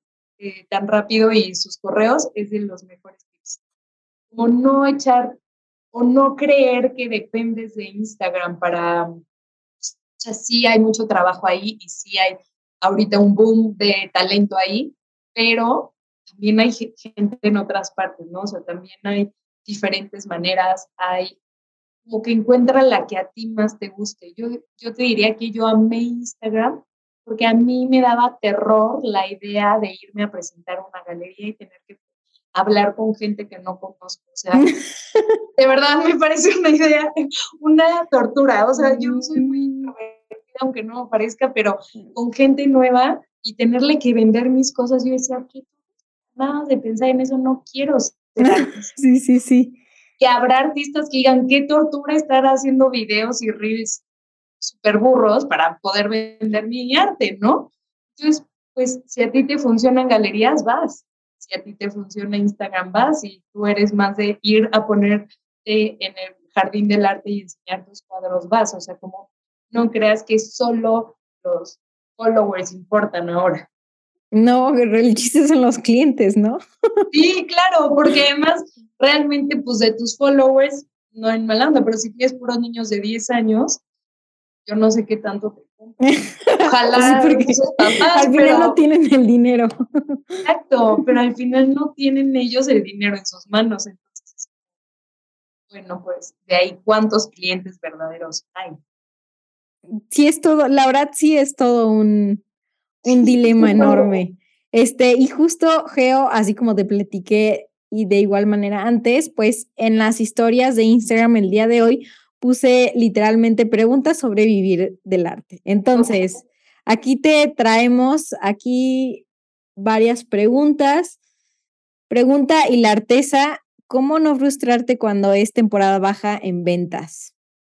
tan rápido y sus correos es de los mejores tips. Como no echar o no creer que dependes de Instagram para, o sea, sí hay mucho trabajo ahí y sí hay ahorita un boom de talento ahí, pero también hay gente en otras partes, ¿no? O sea, también hay diferentes maneras, hay como que encuentra la que a ti más te guste. Yo te diría que yo amé Instagram porque a mí me daba terror la idea de irme a presentar a una galería y tener que hablar con gente que no conozco. O sea, de verdad me parece una idea, una tortura. O sea, yo soy muy introvertida, aunque no me parezca, pero con gente nueva y tenerle que vender mis cosas, yo decía, ¿qué? Nada de pensar en eso, no quiero ser artista. Sí, sí, sí. Que habrá artistas que digan, qué tortura estar haciendo videos y reels súper burros para poder vender mi arte, ¿no? Entonces, pues si a ti te funcionan galerías, vas. Si a ti te funciona Instagram, vas. Y tú eres más de ir a ponerte en el jardín del arte y enseñar tus cuadros, vas. O sea, como no creas que solo los followers importan ahora. No, el chiste son los clientes, ¿no? Sí, claro, porque además realmente pues de tus followers, no en mala onda, pero si tienes puros niños de 10 años, yo no sé qué tanto te compran. Pues sí, Ojalá porque esos papás, al final no pero tienen el dinero. exacto, pero al final no tienen ellos el dinero en sus manos. Entonces, bueno, pues de ahí cuántos clientes verdaderos hay. Sí es todo, la verdad sí es todo un dilema enorme. Y justo, Geo, así como te platiqué y de igual manera antes, pues en las historias de Instagram el día de hoy puse literalmente preguntas sobre vivir del arte. Entonces, aquí te traemos aquí varias preguntas. Pregunta y la artesa, ¿cómo no frustrarte cuando es temporada baja en ventas?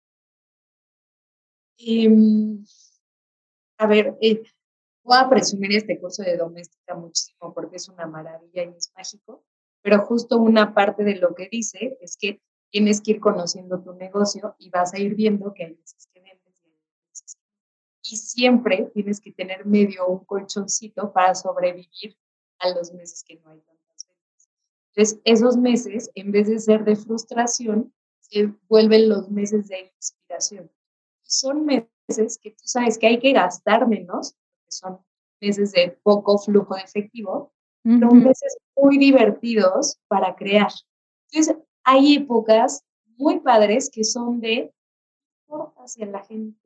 A ver, voy a presumir este curso de doméstica muchísimo porque es una maravilla y es mágico, pero justo una parte de lo que dice es que tienes que ir conociendo tu negocio y vas a ir viendo que hay veces que vendes y hay veces que no. Y siempre tienes que tener medio un colchoncito para sobrevivir a los meses que no hay tantas ventas. Entonces, esos meses, en vez de ser de frustración, se vuelven los meses de inspiración. Son meses que tú sabes que hay que gastar menos, porque son meses de poco flujo de efectivo, pero Ujú. meses muy divertidos para crear. Entonces, hay épocas muy padres que son de hacia la gente.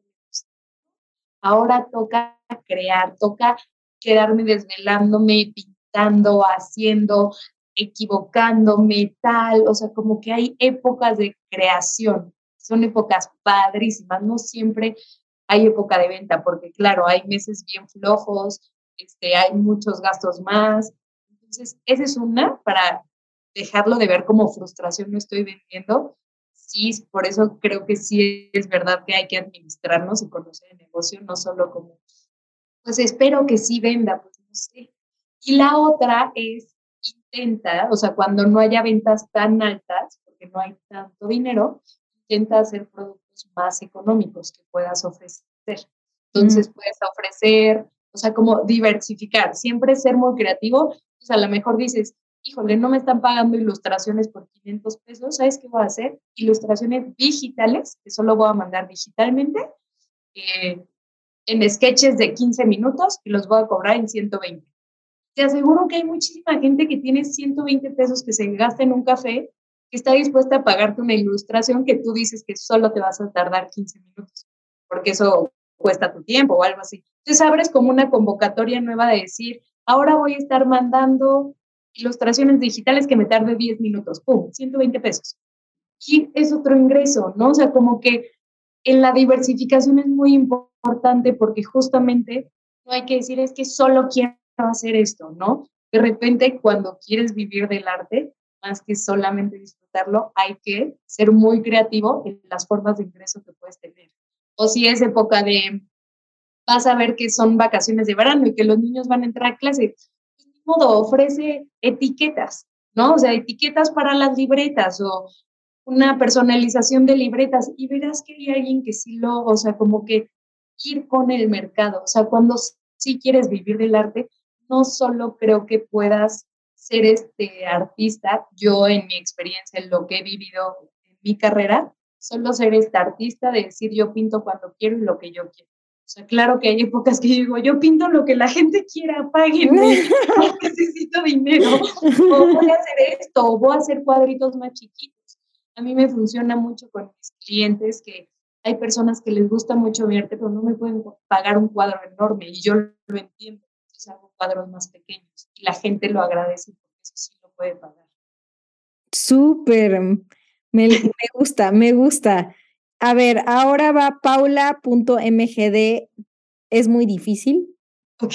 Ahora toca crear, toca quedarme desvelándome, pintando, haciendo, equivocándome, tal, o sea, como que hay épocas de creación, son épocas padrísimas, no siempre hay época de venta, porque claro, hay meses bien flojos, hay muchos gastos más, entonces esa es una para dejarlo de ver como frustración, no estoy vendiendo. Sí, por eso creo que sí es verdad que hay que administrarnos y conocer el negocio, no solo como, pues espero que sí venda, pues no sé. Y la otra es intenta, o sea, cuando no haya ventas tan altas, porque no hay tanto dinero, intenta hacer productos más económicos que puedas ofrecer. Mm. Entonces puedes ofrecer, o sea, como diversificar, siempre ser muy creativo. Pues a lo mejor dices, híjole, no me están pagando ilustraciones por 500 pesos, ¿sabes qué voy a hacer? Ilustraciones digitales, que solo voy a mandar digitalmente, eh, en sketches de 15 minutos y los voy a cobrar en 120. Te aseguro que hay muchísima gente que tiene 120 pesos que se gasta en un café, que está dispuesta a pagarte una ilustración que tú dices que solo te vas a tardar 15 minutos, porque eso cuesta tu tiempo o algo así. Entonces abres como una convocatoria nueva de decir, ahora voy a estar mandando ilustraciones digitales que me tarde 10 minutos, ¡pum!, 120 pesos. Y es otro ingreso, ¿no? O sea, como que en la diversificación es muy importante porque justamente no hay que decir es que solo quiero hacer esto, ¿no? De repente cuando quieres vivir del arte, más que solamente disfrutarlo, hay que ser muy creativo en las formas de ingreso que puedes tener. O si es época de, vas a ver que son vacaciones de verano y que los niños van a entrar a clase, pues, ni modo, ofrece etiquetas, ¿no? O sea, etiquetas para las libretas o una personalización de libretas y verás que hay alguien que sí lo, o sea, como que ir con el mercado, o sea, cuando sí quieres vivir del arte, no solo creo que puedas ser artista, yo en mi experiencia, en lo que he vivido en mi carrera, solo ser artista de decir yo pinto cuando quiero y lo que yo quiero. O sea, claro que hay épocas que yo digo, yo pinto lo que la gente quiera, páguenme, no necesito dinero, o voy a hacer esto, o voy a hacer cuadritos más chiquitos. A mí me funciona mucho con mis clientes que hay personas que les gusta mucho mi arte, pero no me pueden pagar un cuadro enorme y yo lo entiendo. Entonces hago cuadros más pequeños y la gente lo agradece porque eso sí lo puede pagar. Súper, me gusta, me gusta. A ver, ahora va paula.mgd, ¿es muy difícil? Ok.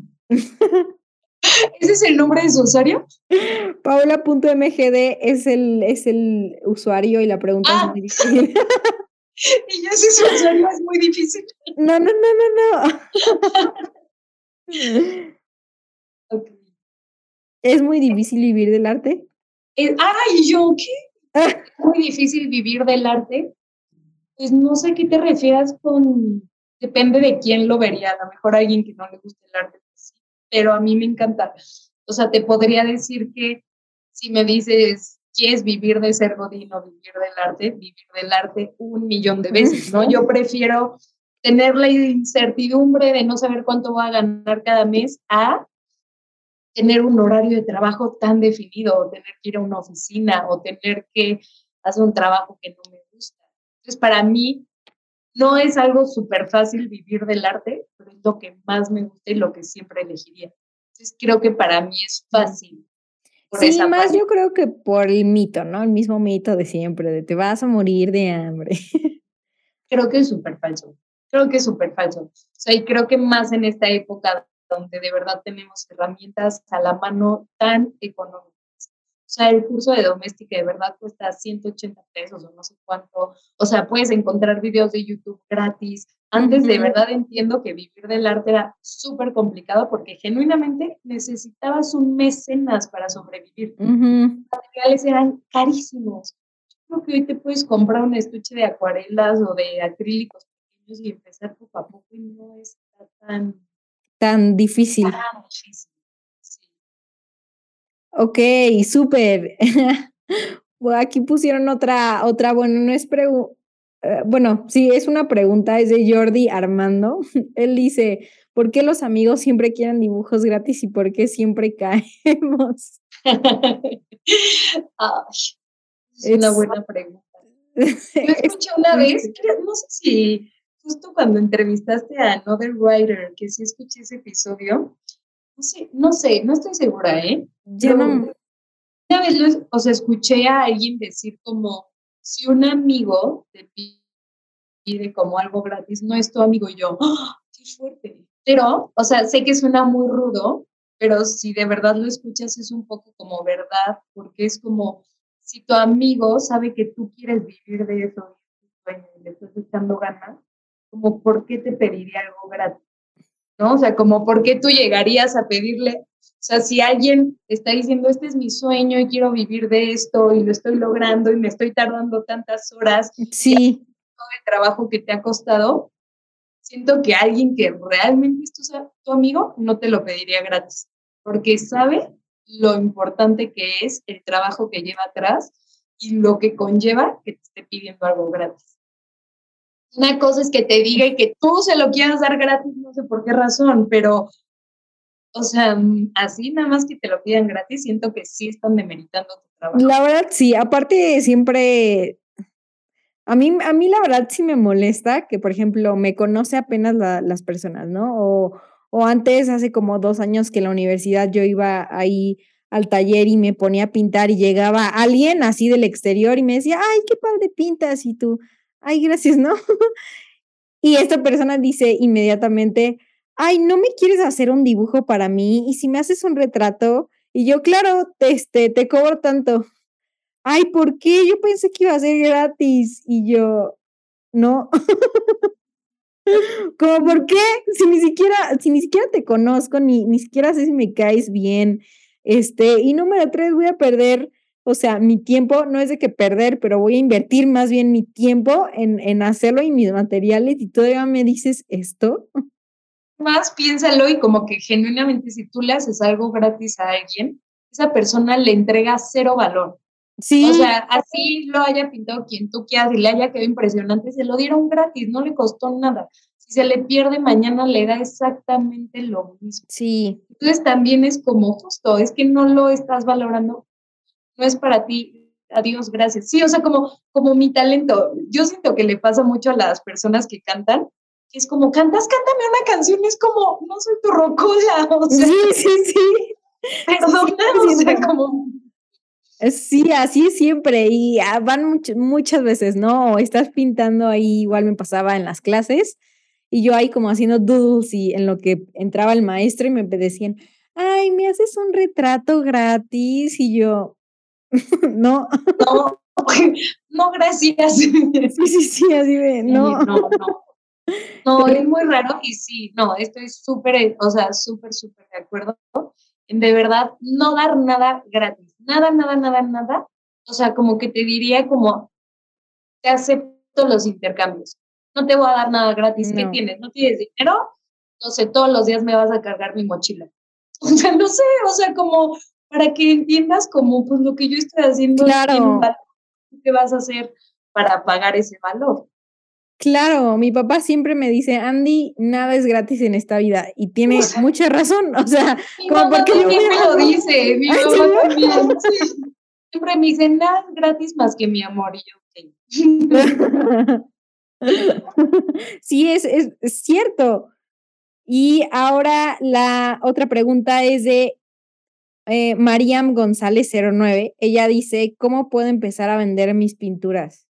¿Ese es el nombre de su usuario? Paula.mgd es el usuario y la pregunta es Ah, muy difícil. y ese su usuario es muy difícil. No, no, no, no, no. Ok. ¿Es muy difícil vivir del arte? Ay, yo, ¿qué? Es muy difícil vivir del arte. Pues no sé a qué te refieras con, depende de quién lo vería, a lo mejor alguien que no le gusta el arte, pues sí, pero a mí me encanta. O sea, te podría decir que si me dices, ¿quieres vivir de ser godín o vivir del arte 1 millón de veces, ¿no? Yo prefiero tener la incertidumbre de no saber cuánto voy a ganar cada mes a tener un horario de trabajo tan definido, o tener que ir a una oficina, o tener que hacer un trabajo que no me gusta. Entonces, para mí, no es algo súper fácil vivir del arte, pero es lo que más me gusta y lo que siempre elegiría. Entonces, creo que para mí es fácil por Sí, esa más parte. yo creo que por el mito, ¿no? El mismo mito de siempre, de te vas a morir de hambre. Creo que es súper falso. Creo que es súper falso. O sea, y creo que más en esta época donde de verdad tenemos herramientas a la mano tan económicas. O sea, el curso de doméstica de verdad cuesta 180 pesos o no sé cuánto. O sea, puedes encontrar videos de YouTube gratis. Antes de Ujú, verdad entiendo que vivir del arte era súper complicado porque genuinamente necesitabas un mecenas para sobrevivir. ujú. Los materiales eran carísimos. Creo que hoy te puedes comprar un estuche de acuarelas o de acrílicos pequeños y empezar poco a poco y no está tan Tan difícil. difícil. Sí. Okey, súper. Bueno, aquí pusieron otra, bueno, no es Bueno, sí, es una pregunta, es de Jordi Armando. Él dice, ¿por qué los amigos siempre quieren dibujos gratis y por qué siempre caemos? Ay, es una Es, buena pregunta. Yo es escuché una vez, triste. no sé si justo cuando entrevistaste a Another Writer, que sí escuché ese episodio, no estoy segura, ¿eh? Ya Pero no, una vez o sea, escuché a alguien decir como, si un amigo te pide como algo gratis, no es tu amigo, y yo, ¡ah! ¡Qué fuerte! Pero, o sea, sé que suena muy rudo, pero si de verdad lo escuchas es un poco como verdad, porque es como, si tu amigo sabe que tú quieres vivir de eso y le estás echando ganas, como, ¿por qué te pediría algo gratis? ¿No? O sea, como, ¿por qué tú llegarías a pedirle? O sea, si alguien está diciendo, este es mi sueño y quiero vivir de esto y lo estoy logrando y me estoy tardando tantas horas y sí, todo el trabajo que te ha costado, siento que alguien que realmente es tu amigo no te lo pediría gratis, porque sabe lo importante que es el trabajo que lleva atrás y lo que conlleva que te esté pidiendo algo gratis. Una cosa es que te diga y que tú se lo quieras dar gratis, no sé por qué razón, pero, o sea, así nada más que te lo pidan gratis, siento que sí están demeritando tu trabajo. la verdad sí, aparte siempre, a mí la verdad sí me molesta que, por ejemplo, me conoce apenas las personas, ¿no? O antes, hace como 2 años que en la universidad yo iba ahí al taller y me ponía a pintar y llegaba alguien así del exterior y me decía, ay, qué padre pintas y tú, ay, gracias, ¿no? Y esta persona dice inmediatamente, ay, ¿no me quieres hacer un dibujo para mí? Y si me haces un retrato, y yo, claro, te cobro tanto. Ay, ¿por qué? Yo pensé que iba a ser gratis. Y yo, no, ¿cómo por qué? Si ni siquiera te conozco, ni siquiera sé si me caes bien, y número 3 voy a perder, o sea, mi tiempo, no es de que perder, pero voy a invertir más bien mi tiempo en hacerlo y mis materiales, y todavía me dices esto. Más piénsalo y como que genuinamente si tú le haces algo gratis a alguien, esa persona le entrega cero valor. O Sí, sea, así lo haya pintado quien tú quieras y le haya quedado impresionante, se lo dieron gratis, no le costó nada. Si se le pierde mañana, le da exactamente lo mismo. sí, Entonces también es como justo, es que no lo estás valorando, no es para ti, adiós, gracias. Sí, o sea, como mi talento, yo siento que le pasa mucho a las personas que cantan, que es como, cántame una canción, es como, no soy tu rocola, o sí, sea, sí, sí. Sí, perdona, o sea, 100%. como, Sí, así es siempre, y, van muchas veces, ¿no? O estás pintando ahí, igual me pasaba en las clases, y yo ahí como haciendo doodles, y en lo que entraba el maestro y me decían: "Ay, ¿me haces un retrato gratis?". Y yo: "No". no, no, gracias. Sí, sí, sí, así de: Sí, "No". no, no. No, es Pero muy raro y sí, no, estoy súper, o sea, súper, súper de acuerdo en de verdad no dar nada gratis, nada, nada, nada, nada. O sea, como que te diría como, te acepto los intercambios. No te voy a dar nada gratis. ¿Qué no. tienes? ¿No tienes dinero? No sé, todos los días me vas a cargar mi mochila. O sea, no sé, o sea, como para que entiendas como, pues lo que yo estoy haciendo tiene un Claro. valor. ¿Qué vas a hacer para pagar ese valor? Claro, mi papá siempre me dice: "Andy, nada es gratis en esta vida", y O tiene sea, mucha razón, o sea, mi como, ¿por mamá qué yo voy también me a lo dice, mi ¿Ah, en mamá serio? también, sí. Siempre me dice, nada es gratis más que mi amor, y yo, okey. Sí, es cierto. Y ahora la otra pregunta es de, Mariam González 09. Ella dice: "¿Cómo puedo empezar a vender mis pinturas?".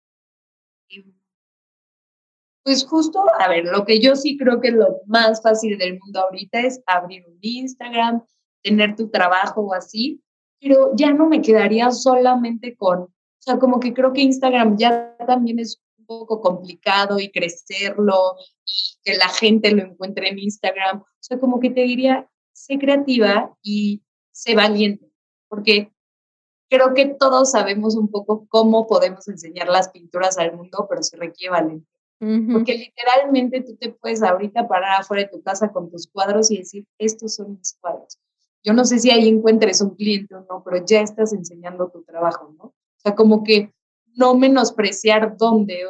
Pues justo, a ver, lo que yo sí creo que es lo más fácil del mundo ahorita es abrir un Instagram, tener tu trabajo o así, pero ya no me quedaría solamente con, o sea, como que creo que Instagram ya también es un poco complicado y crecerlo y que la gente lo encuentre en Instagram. O sea, como que te diría, sé creativa y sé valiente, porque creo que todos sabemos un poco cómo podemos enseñar las pinturas al mundo, pero se requiere valentía. Ujú. Porque literalmente tú te puedes ahorita parar afuera de tu casa con tus cuadros y decir, estos son mis cuadros. Yo no sé si ahí encuentres un cliente o no, pero ya estás enseñando tu trabajo, ¿no? O sea, como que no menospreciar dónde, o sea,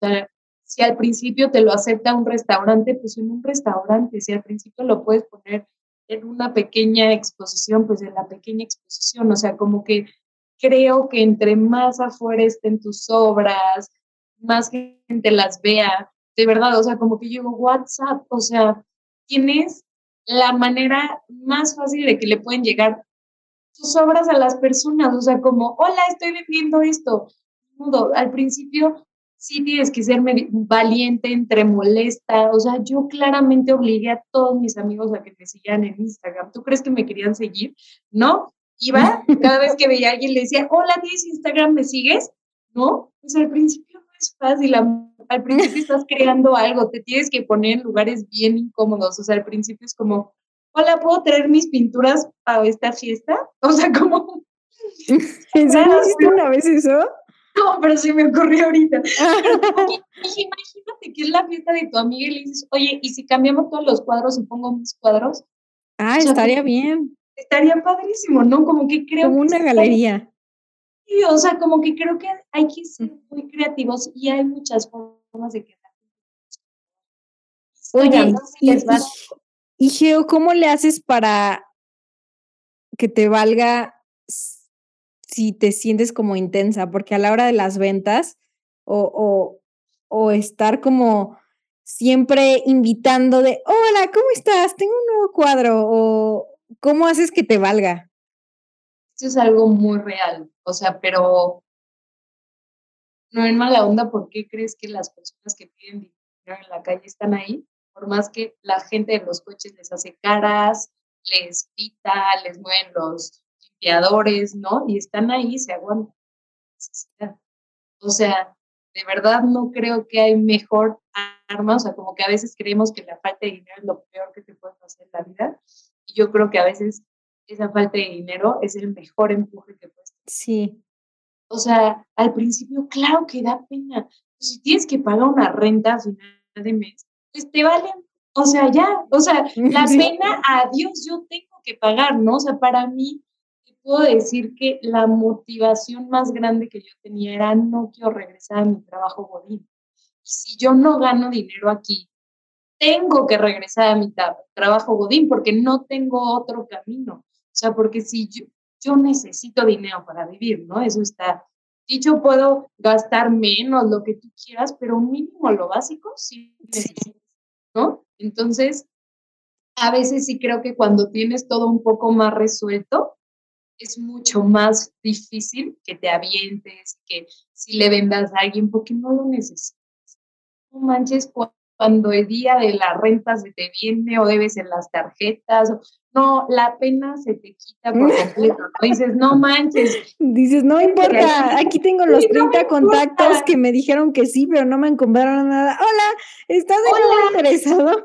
sea, si al principio te lo acepta un restaurante, pues en un restaurante, si al principio lo puedes poner en una pequeña exposición, pues en la pequeña exposición, o sea, como que creo que entre más afuera estén tus obras, más gente las vea, de verdad, o sea, como que yo digo, WhatsApp, o sea, tienes la manera más fácil de que le pueden llegar tus obras a las personas, o sea, como, hola, estoy vendiendo esto. Al principio sí tienes que ser valiente, entre molesta, o sea, yo claramente obligué a todos mis amigos a que me siguieran en Instagram. ¿Tú crees que me querían seguir? No, iba, cada vez que veía a alguien le decía, hola, ¿tienes Instagram? ¿Me sigues? No, pues al principio no es fácil, al principio estás creando algo, te tienes que poner en lugares bien incómodos, o sea, al principio es como, hola, ¿puedo traer mis pinturas a esta fiesta? O sea, como... ¿En serio hiciste una vez eso? No, pero se me ocurrió ahorita. Pero imagínate que es la fiesta de tu amiga y le dices, oye, ¿y si cambiamos todos los cuadros y pongo mis cuadros? Ah, O sea, estaría bien. estaría padrísimo, ¿no? Como que creo Como que una galería. sí, o sea, como que creo que hay que ser muy creativos y hay muchas formas de crear. Oye, Instagram, sí les va. y Geo, ¿cómo le haces para que te valga si te sientes como intensa? Porque a la hora de las ventas o estar como siempre invitando de, hola, ¿cómo estás? Tengo un nuevo cuadro. O ¿cómo haces que te valga? Esto es algo muy real, o sea, pero no en mala onda, ¿por qué crees que las personas que piden dinero en la calle están ahí? Por más que la gente de los coches les hace caras, les pita, les mueven los limpiadores, ¿no? Y están ahí, se aguantan. O sea, de verdad no creo que hay mejor arma, o sea, como que a veces creemos que la falta de dinero es lo peor que te puede pasar en la vida, y yo creo que a veces esa falta de dinero es el mejor empuje que puedes tener. Sí. O sea, al principio, claro que da pena. Pues, si tienes que pagar una renta a final de mes, pues te valen, o sea, ya, o sea, la Sí. pena, adiós, yo tengo que pagar, ¿no? O sea, para mí, te puedo decir que la motivación más grande que yo tenía era no quiero regresar a mi trabajo godín. Y si yo no gano dinero aquí, tengo que regresar a mi trabajo godín porque no tengo otro camino. O sea, porque si yo necesito dinero para vivir, ¿no? Eso está dicho, puedo gastar menos, lo que tú quieras, pero mínimo lo básico sí necesitas, ¿no? Entonces, a veces sí creo que cuando tienes todo un poco más resuelto, es mucho más difícil que te avientes, que si le vendas a alguien porque no lo necesitas. No manches, cuando el día de la renta se te viene o debes en las tarjetas, no, la pena se te quita por completo, ¿no? Dices, no manches. Dices, no importa, aquí tengo los Sí, no me 30 contactos importa. que me dijeron que sí, pero no me compraron nada. Hola, ¿estás de nuevo Hola, interesado?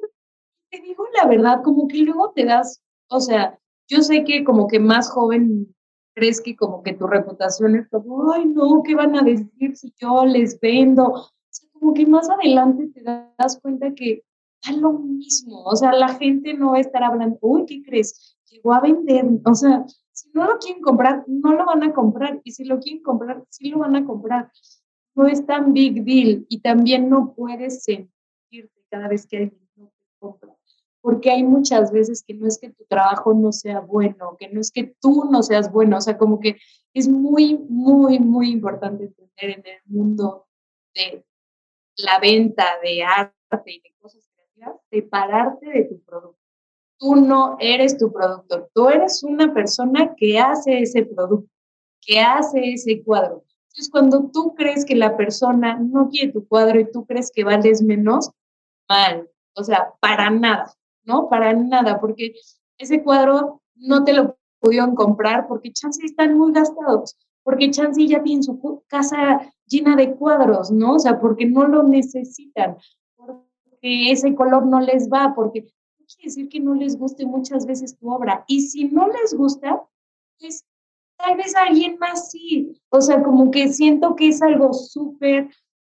te digo la verdad, como que luego te das, o sea, yo sé que como que más joven crees que como que tu reputación es como, ay, no, ¿qué van a decir si yo les vendo? O sea, como que más adelante te das cuenta que da lo mismo, o sea, la gente no va a estar hablando, uy, ¿qué crees? Llegó a vender, o sea, si no lo quieren comprar, no lo van a comprar, y si lo quieren comprar, sí lo van a comprar. No es tan big deal, y también no puedes sentirte cada vez que alguien no te compra porque hay muchas veces que no es que tu trabajo no sea bueno, que no es que tú no seas bueno, o sea, como que es muy, muy, muy importante entender en el mundo de la venta de arte y de cosas creativas, separarte de tu producto. Tú no eres tu producto, tú eres una persona que hace ese producto, que hace ese cuadro. Entonces, cuando tú crees que la persona no quiere tu cuadro y tú crees que vales menos, mal, o sea, para nada, ¿no? Para nada, porque ese cuadro no te lo pudieron comprar porque chance están muy gastados, porque chance ya tienen su casa llena de cuadros, ¿no? O sea, porque no lo necesitan, porque ese color no les va, porque no quiere decir que no les guste muchas veces tu obra. Y si no les gusta, pues tal vez a alguien más sí. O sea, como que siento que es algo súper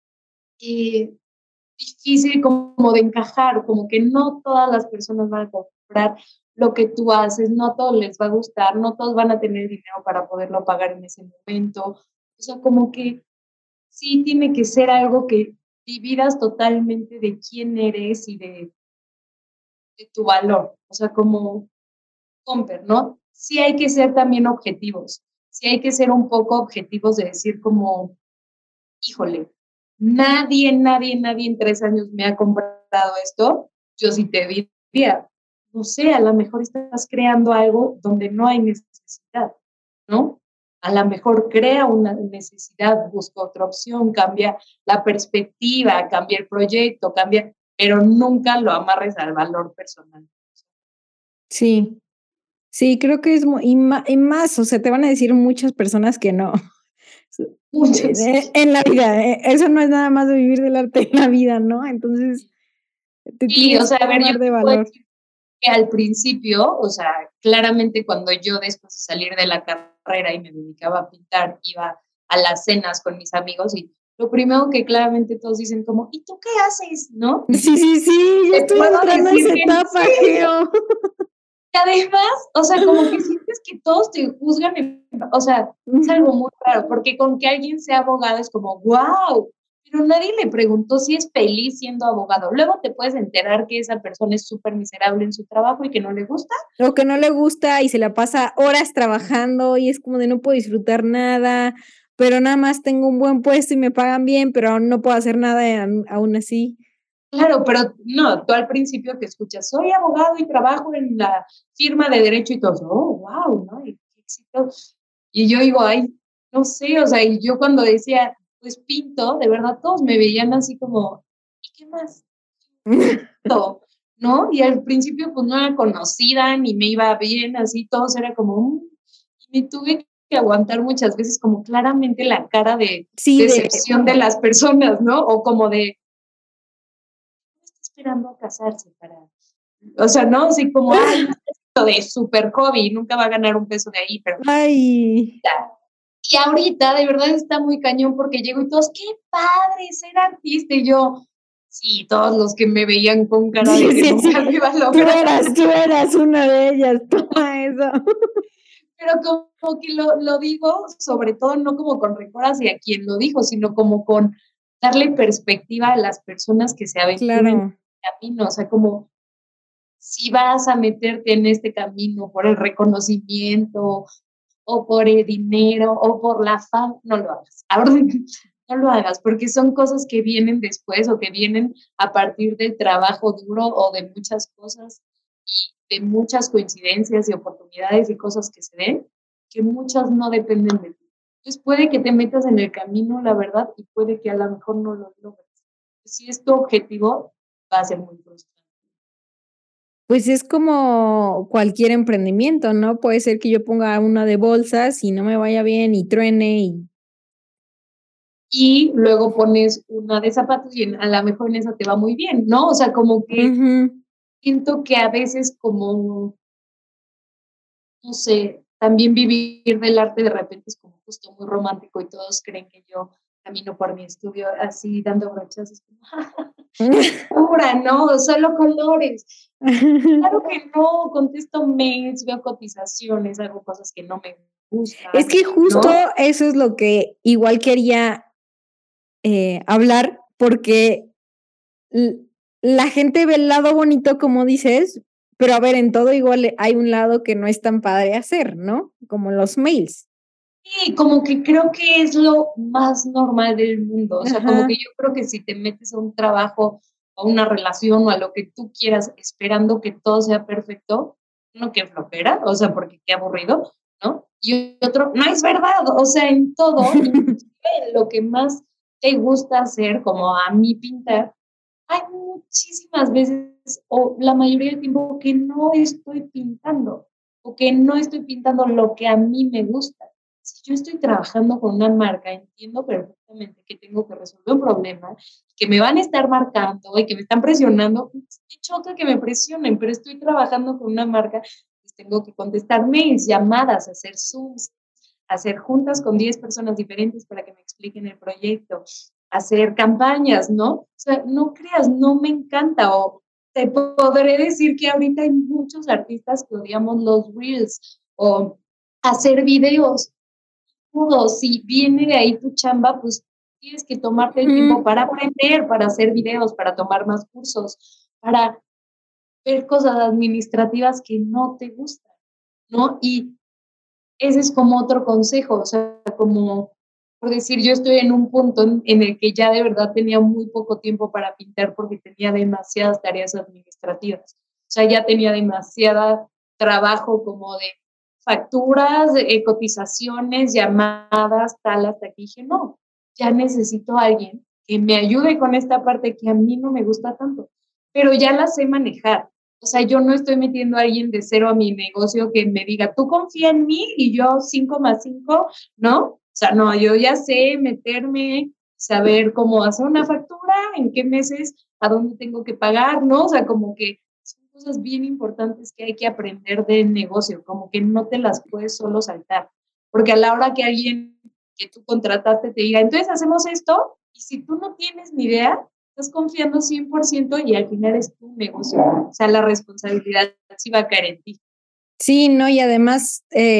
eh, difícil como de encajar, como que no todas las personas van a comprar lo que tú haces, no a todos les va a gustar, no todos van a tener dinero para poderlo pagar en ese momento. O sea, como que sí tiene que ser algo que dividas totalmente de quién eres y de tu valor. O sea, como Comper, ¿no? Sí hay que ser también objetivos. Sí hay que ser un poco objetivos de decir como, híjole, nadie en 3 años me ha comprado esto. Yo sí te diría, no sé, a lo mejor estás creando algo donde no hay necesidad, ¿no? A lo mejor crea una necesidad, busca otra opción, cambia la perspectiva, cambia el proyecto, cambia, pero nunca lo amarres al valor personal. Sí, sí, creo que es y más, o sea, te van a decir muchas personas que no. Muchos. En la vida, eso no es nada más de vivir del arte en la vida, ¿no? Entonces, te Sí, o tienes sea, que a ver, yo armar de te puedo valor. decir que al principio, o sea, claramente cuando yo después de salir de la carrera y me dedicaba a pintar, iba a las cenas con mis amigos y lo primero que claramente todos dicen como, ¿y tú qué haces? ¿No? Sí, sí, sí, yo Te estoy puedo entrando a decir esa que etapa, sí. Geo. Y además, o sea, como que sientes que todos te juzgan, o sea, es algo muy raro, porque con que alguien sea abogado es como, wow, pero nadie le preguntó si es feliz siendo abogado. Luego te puedes enterar que esa persona es súper miserable en su trabajo y que no le gusta. O que no le gusta y se la pasa horas trabajando y es como de no puedo disfrutar nada, pero nada más tengo un buen puesto y me pagan bien, pero aún no puedo hacer nada aún así. Claro, pero no, tú al principio que escuchas, soy abogado y trabajo en la firma de derecho y todo, oh, wow, ¿no? Y qué éxito. Y yo digo, ay, no sé, o sea, y yo cuando decía, pues pinto, de verdad todos me veían así como, ¿y qué más? ¿No? Y al principio pues no era conocida, ni me iba bien, así todos era como, y me tuve que aguantar muchas veces como claramente la cara de Sí, decepción de las personas, ¿no? O como de, está esperando a casarse para, o sea, ¿no? Así como, ay, esto de super hobby, nunca va a ganar un peso de ahí, pero ay. y ahorita de verdad está muy cañón porque llego y todos, qué padre ser artista. Y yo, sí, todos los que me veían con cara de Sí, que sí, nunca lo sí. iba a Tú lograr. eras, tú eras una de ellas, toma eso. Pero como que lo digo, sobre todo no como con rencor hacia quien lo dijo, sino como con darle perspectiva a las personas que se aventuren en Claro. el camino. O sea, como si vas a meterte en este camino por el reconocimiento o por el dinero o por la fama, no lo hagas. Ahora no lo hagas porque son cosas que vienen después o que vienen a partir del trabajo duro o de muchas cosas y de muchas coincidencias y oportunidades y cosas que se den, que muchas no dependen de ti. Entonces puede que te metas en el camino, la verdad, y puede que a lo mejor no lo logres. Si es tu objetivo, va a ser muy frustrante. Pues es como cualquier emprendimiento, ¿no? Puede ser que yo ponga una de bolsas y no me vaya bien y truene y Y luego pones una de zapatos y a lo mejor en esa te va muy bien, ¿no? O sea, como que ujú. siento que a veces como, no sé, también vivir del arte de repente es como justo muy romántico y todos creen que yo camino por mi estudio así dando brochas, es como, pura, ¿no? Solo colores. Claro que no, contesto mails, veo cotizaciones, hago cosas que no me Es gustan, que justo ¿no? eso es lo que igual quería hablar, porque l la gente ve el lado bonito, como dices, pero a ver, en todo igual hay un lado que no es tan padre hacer, ¿no? Como los mails. Sí, como que creo que es lo más normal del mundo. O sea, como que Ajá. yo creo que si te metes a un trabajo, a una relación o a lo que tú quieras esperando que todo sea perfecto, uno que flojera, o sea, porque qué aburrido, ¿no? Y otro, no es verdad, o sea, en todo, inclusive en lo que más te gusta hacer, como a mí pintar, hay muchísimas veces o la mayoría del tiempo que no estoy pintando o que no estoy pintando lo que a mí me gusta. Si yo estoy trabajando con una marca, entiendo perfectamente que tengo que resolver un problema, que me van a estar marcando y que me están presionando. Me choca que me presionen, pero estoy trabajando con una marca, pues tengo que contestar mails, llamadas, hacer Zooms, hacer juntas con 10 personas diferentes para que me expliquen el proyecto, hacer campañas, ¿no? O sea, no creas, no me encanta o te podré decir que ahorita hay muchos artistas que odiamos los reels o hacer videos. Todo, si viene de ahí tu chamba, pues tienes que tomarte el tiempo para aprender, para hacer videos, para tomar más cursos, para ver cosas administrativas que no te gustan, ¿no? Y ese es como otro consejo, o sea, como por decir, yo estoy en un punto en el que ya de verdad tenía muy poco tiempo para pintar porque tenía demasiadas tareas administrativas. O sea, ya tenía demasiada trabajo como de facturas, cotizaciones, llamadas, tal, hasta que dije, no, ya necesito a alguien que me ayude con esta parte que a mí no me gusta tanto, pero ya la sé manejar. O sea, yo no estoy metiendo a alguien de cero a mi negocio que me diga, tú confía en mí y yo 5 más 5, ¿no? O sea, no, yo ya sé meterme, saber cómo hacer una factura, en qué meses, a dónde tengo que pagar, ¿no? O sea, como que son cosas bien importantes que hay que aprender del negocio, como que no te las puedes solo saltar. Porque a la hora que alguien que tú contrataste te diga, entonces hacemos esto, y si tú no tienes ni idea, estás confiando 100% y al final es tu negocio. O sea, la responsabilidad sí va a caer en ti. Sí, no, y además,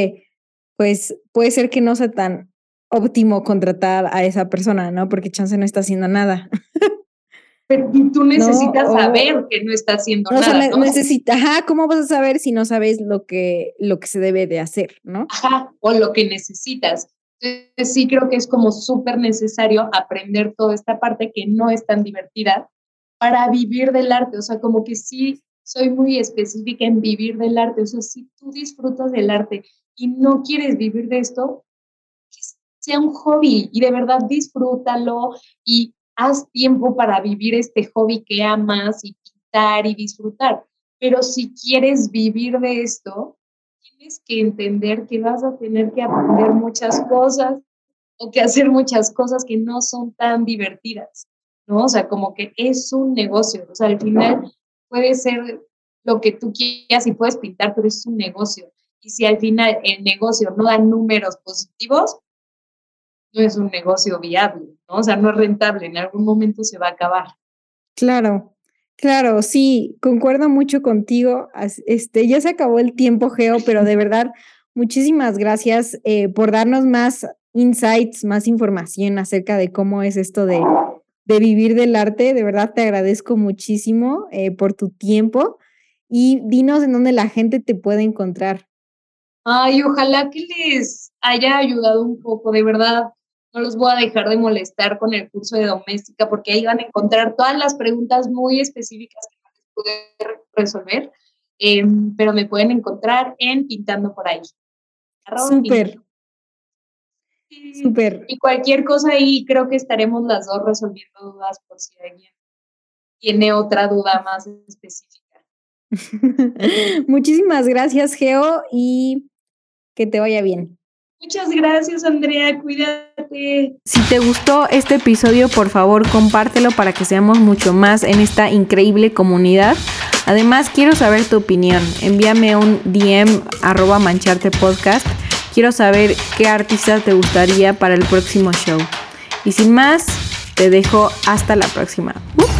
pues puede ser que no sea tan óptimo contratar a esa persona, ¿no? Porque chance no está haciendo nada. Pero tú necesitas saber que no está haciendo nada, o sea, ¿no? ¿Cómo vas a saber si no sabes lo que se debe de hacer, ¿no? Ajá, o lo que necesitas. Entonces, sí creo que es como súper necesario aprender toda esta parte que no es tan divertida para vivir del arte. O sea, como que sí soy muy específica en vivir del arte. O sea, si tú disfrutas del arte y no quieres vivir de esto, que sea un hobby y de verdad disfrútalo y haz tiempo para vivir este hobby que amas y pintar y disfrutar. Pero si quieres vivir de esto, tienes que entender que vas a tener que aprender muchas cosas o que hacer muchas cosas que no son tan divertidas, ¿no? O sea, como que es un negocio, o sea, al final puede ser lo que tú quieras y puedes pintar, pero es un negocio. Y si al final el negocio no da números positivos, no es un negocio viable, ¿no? O sea, no es rentable, en algún momento se va a acabar. Claro, sí, concuerdo mucho contigo. Ya se acabó el tiempo, Geo, pero de verdad, muchísimas gracias por darnos más insights, más información acerca de cómo es esto de vivir del arte. De verdad, te agradezco muchísimo por tu tiempo y dinos en dónde la gente te puede encontrar. Ay, ojalá que les haya ayudado un poco, de verdad. No los voy a dejar de molestar con el curso de doméstica porque ahí van a encontrar todas las preguntas muy específicas que no les pude resolver, pero me pueden encontrar en Pintando por ahí. Súper. Y cualquier cosa ahí creo que estaremos las dos resolviendo dudas por si alguien tiene otra duda más específica. Muchísimas gracias, Geo, y que te vaya bien. Muchas gracias, Andrea, cuídate. Si te gustó este episodio, por favor, compártelo para que seamos mucho más en esta increíble comunidad. Además, quiero saber tu opinión. Envíame un DM @manchartepodcast. Quiero saber qué artista te gustaría para el próximo show. Y sin más, te dejo hasta la próxima.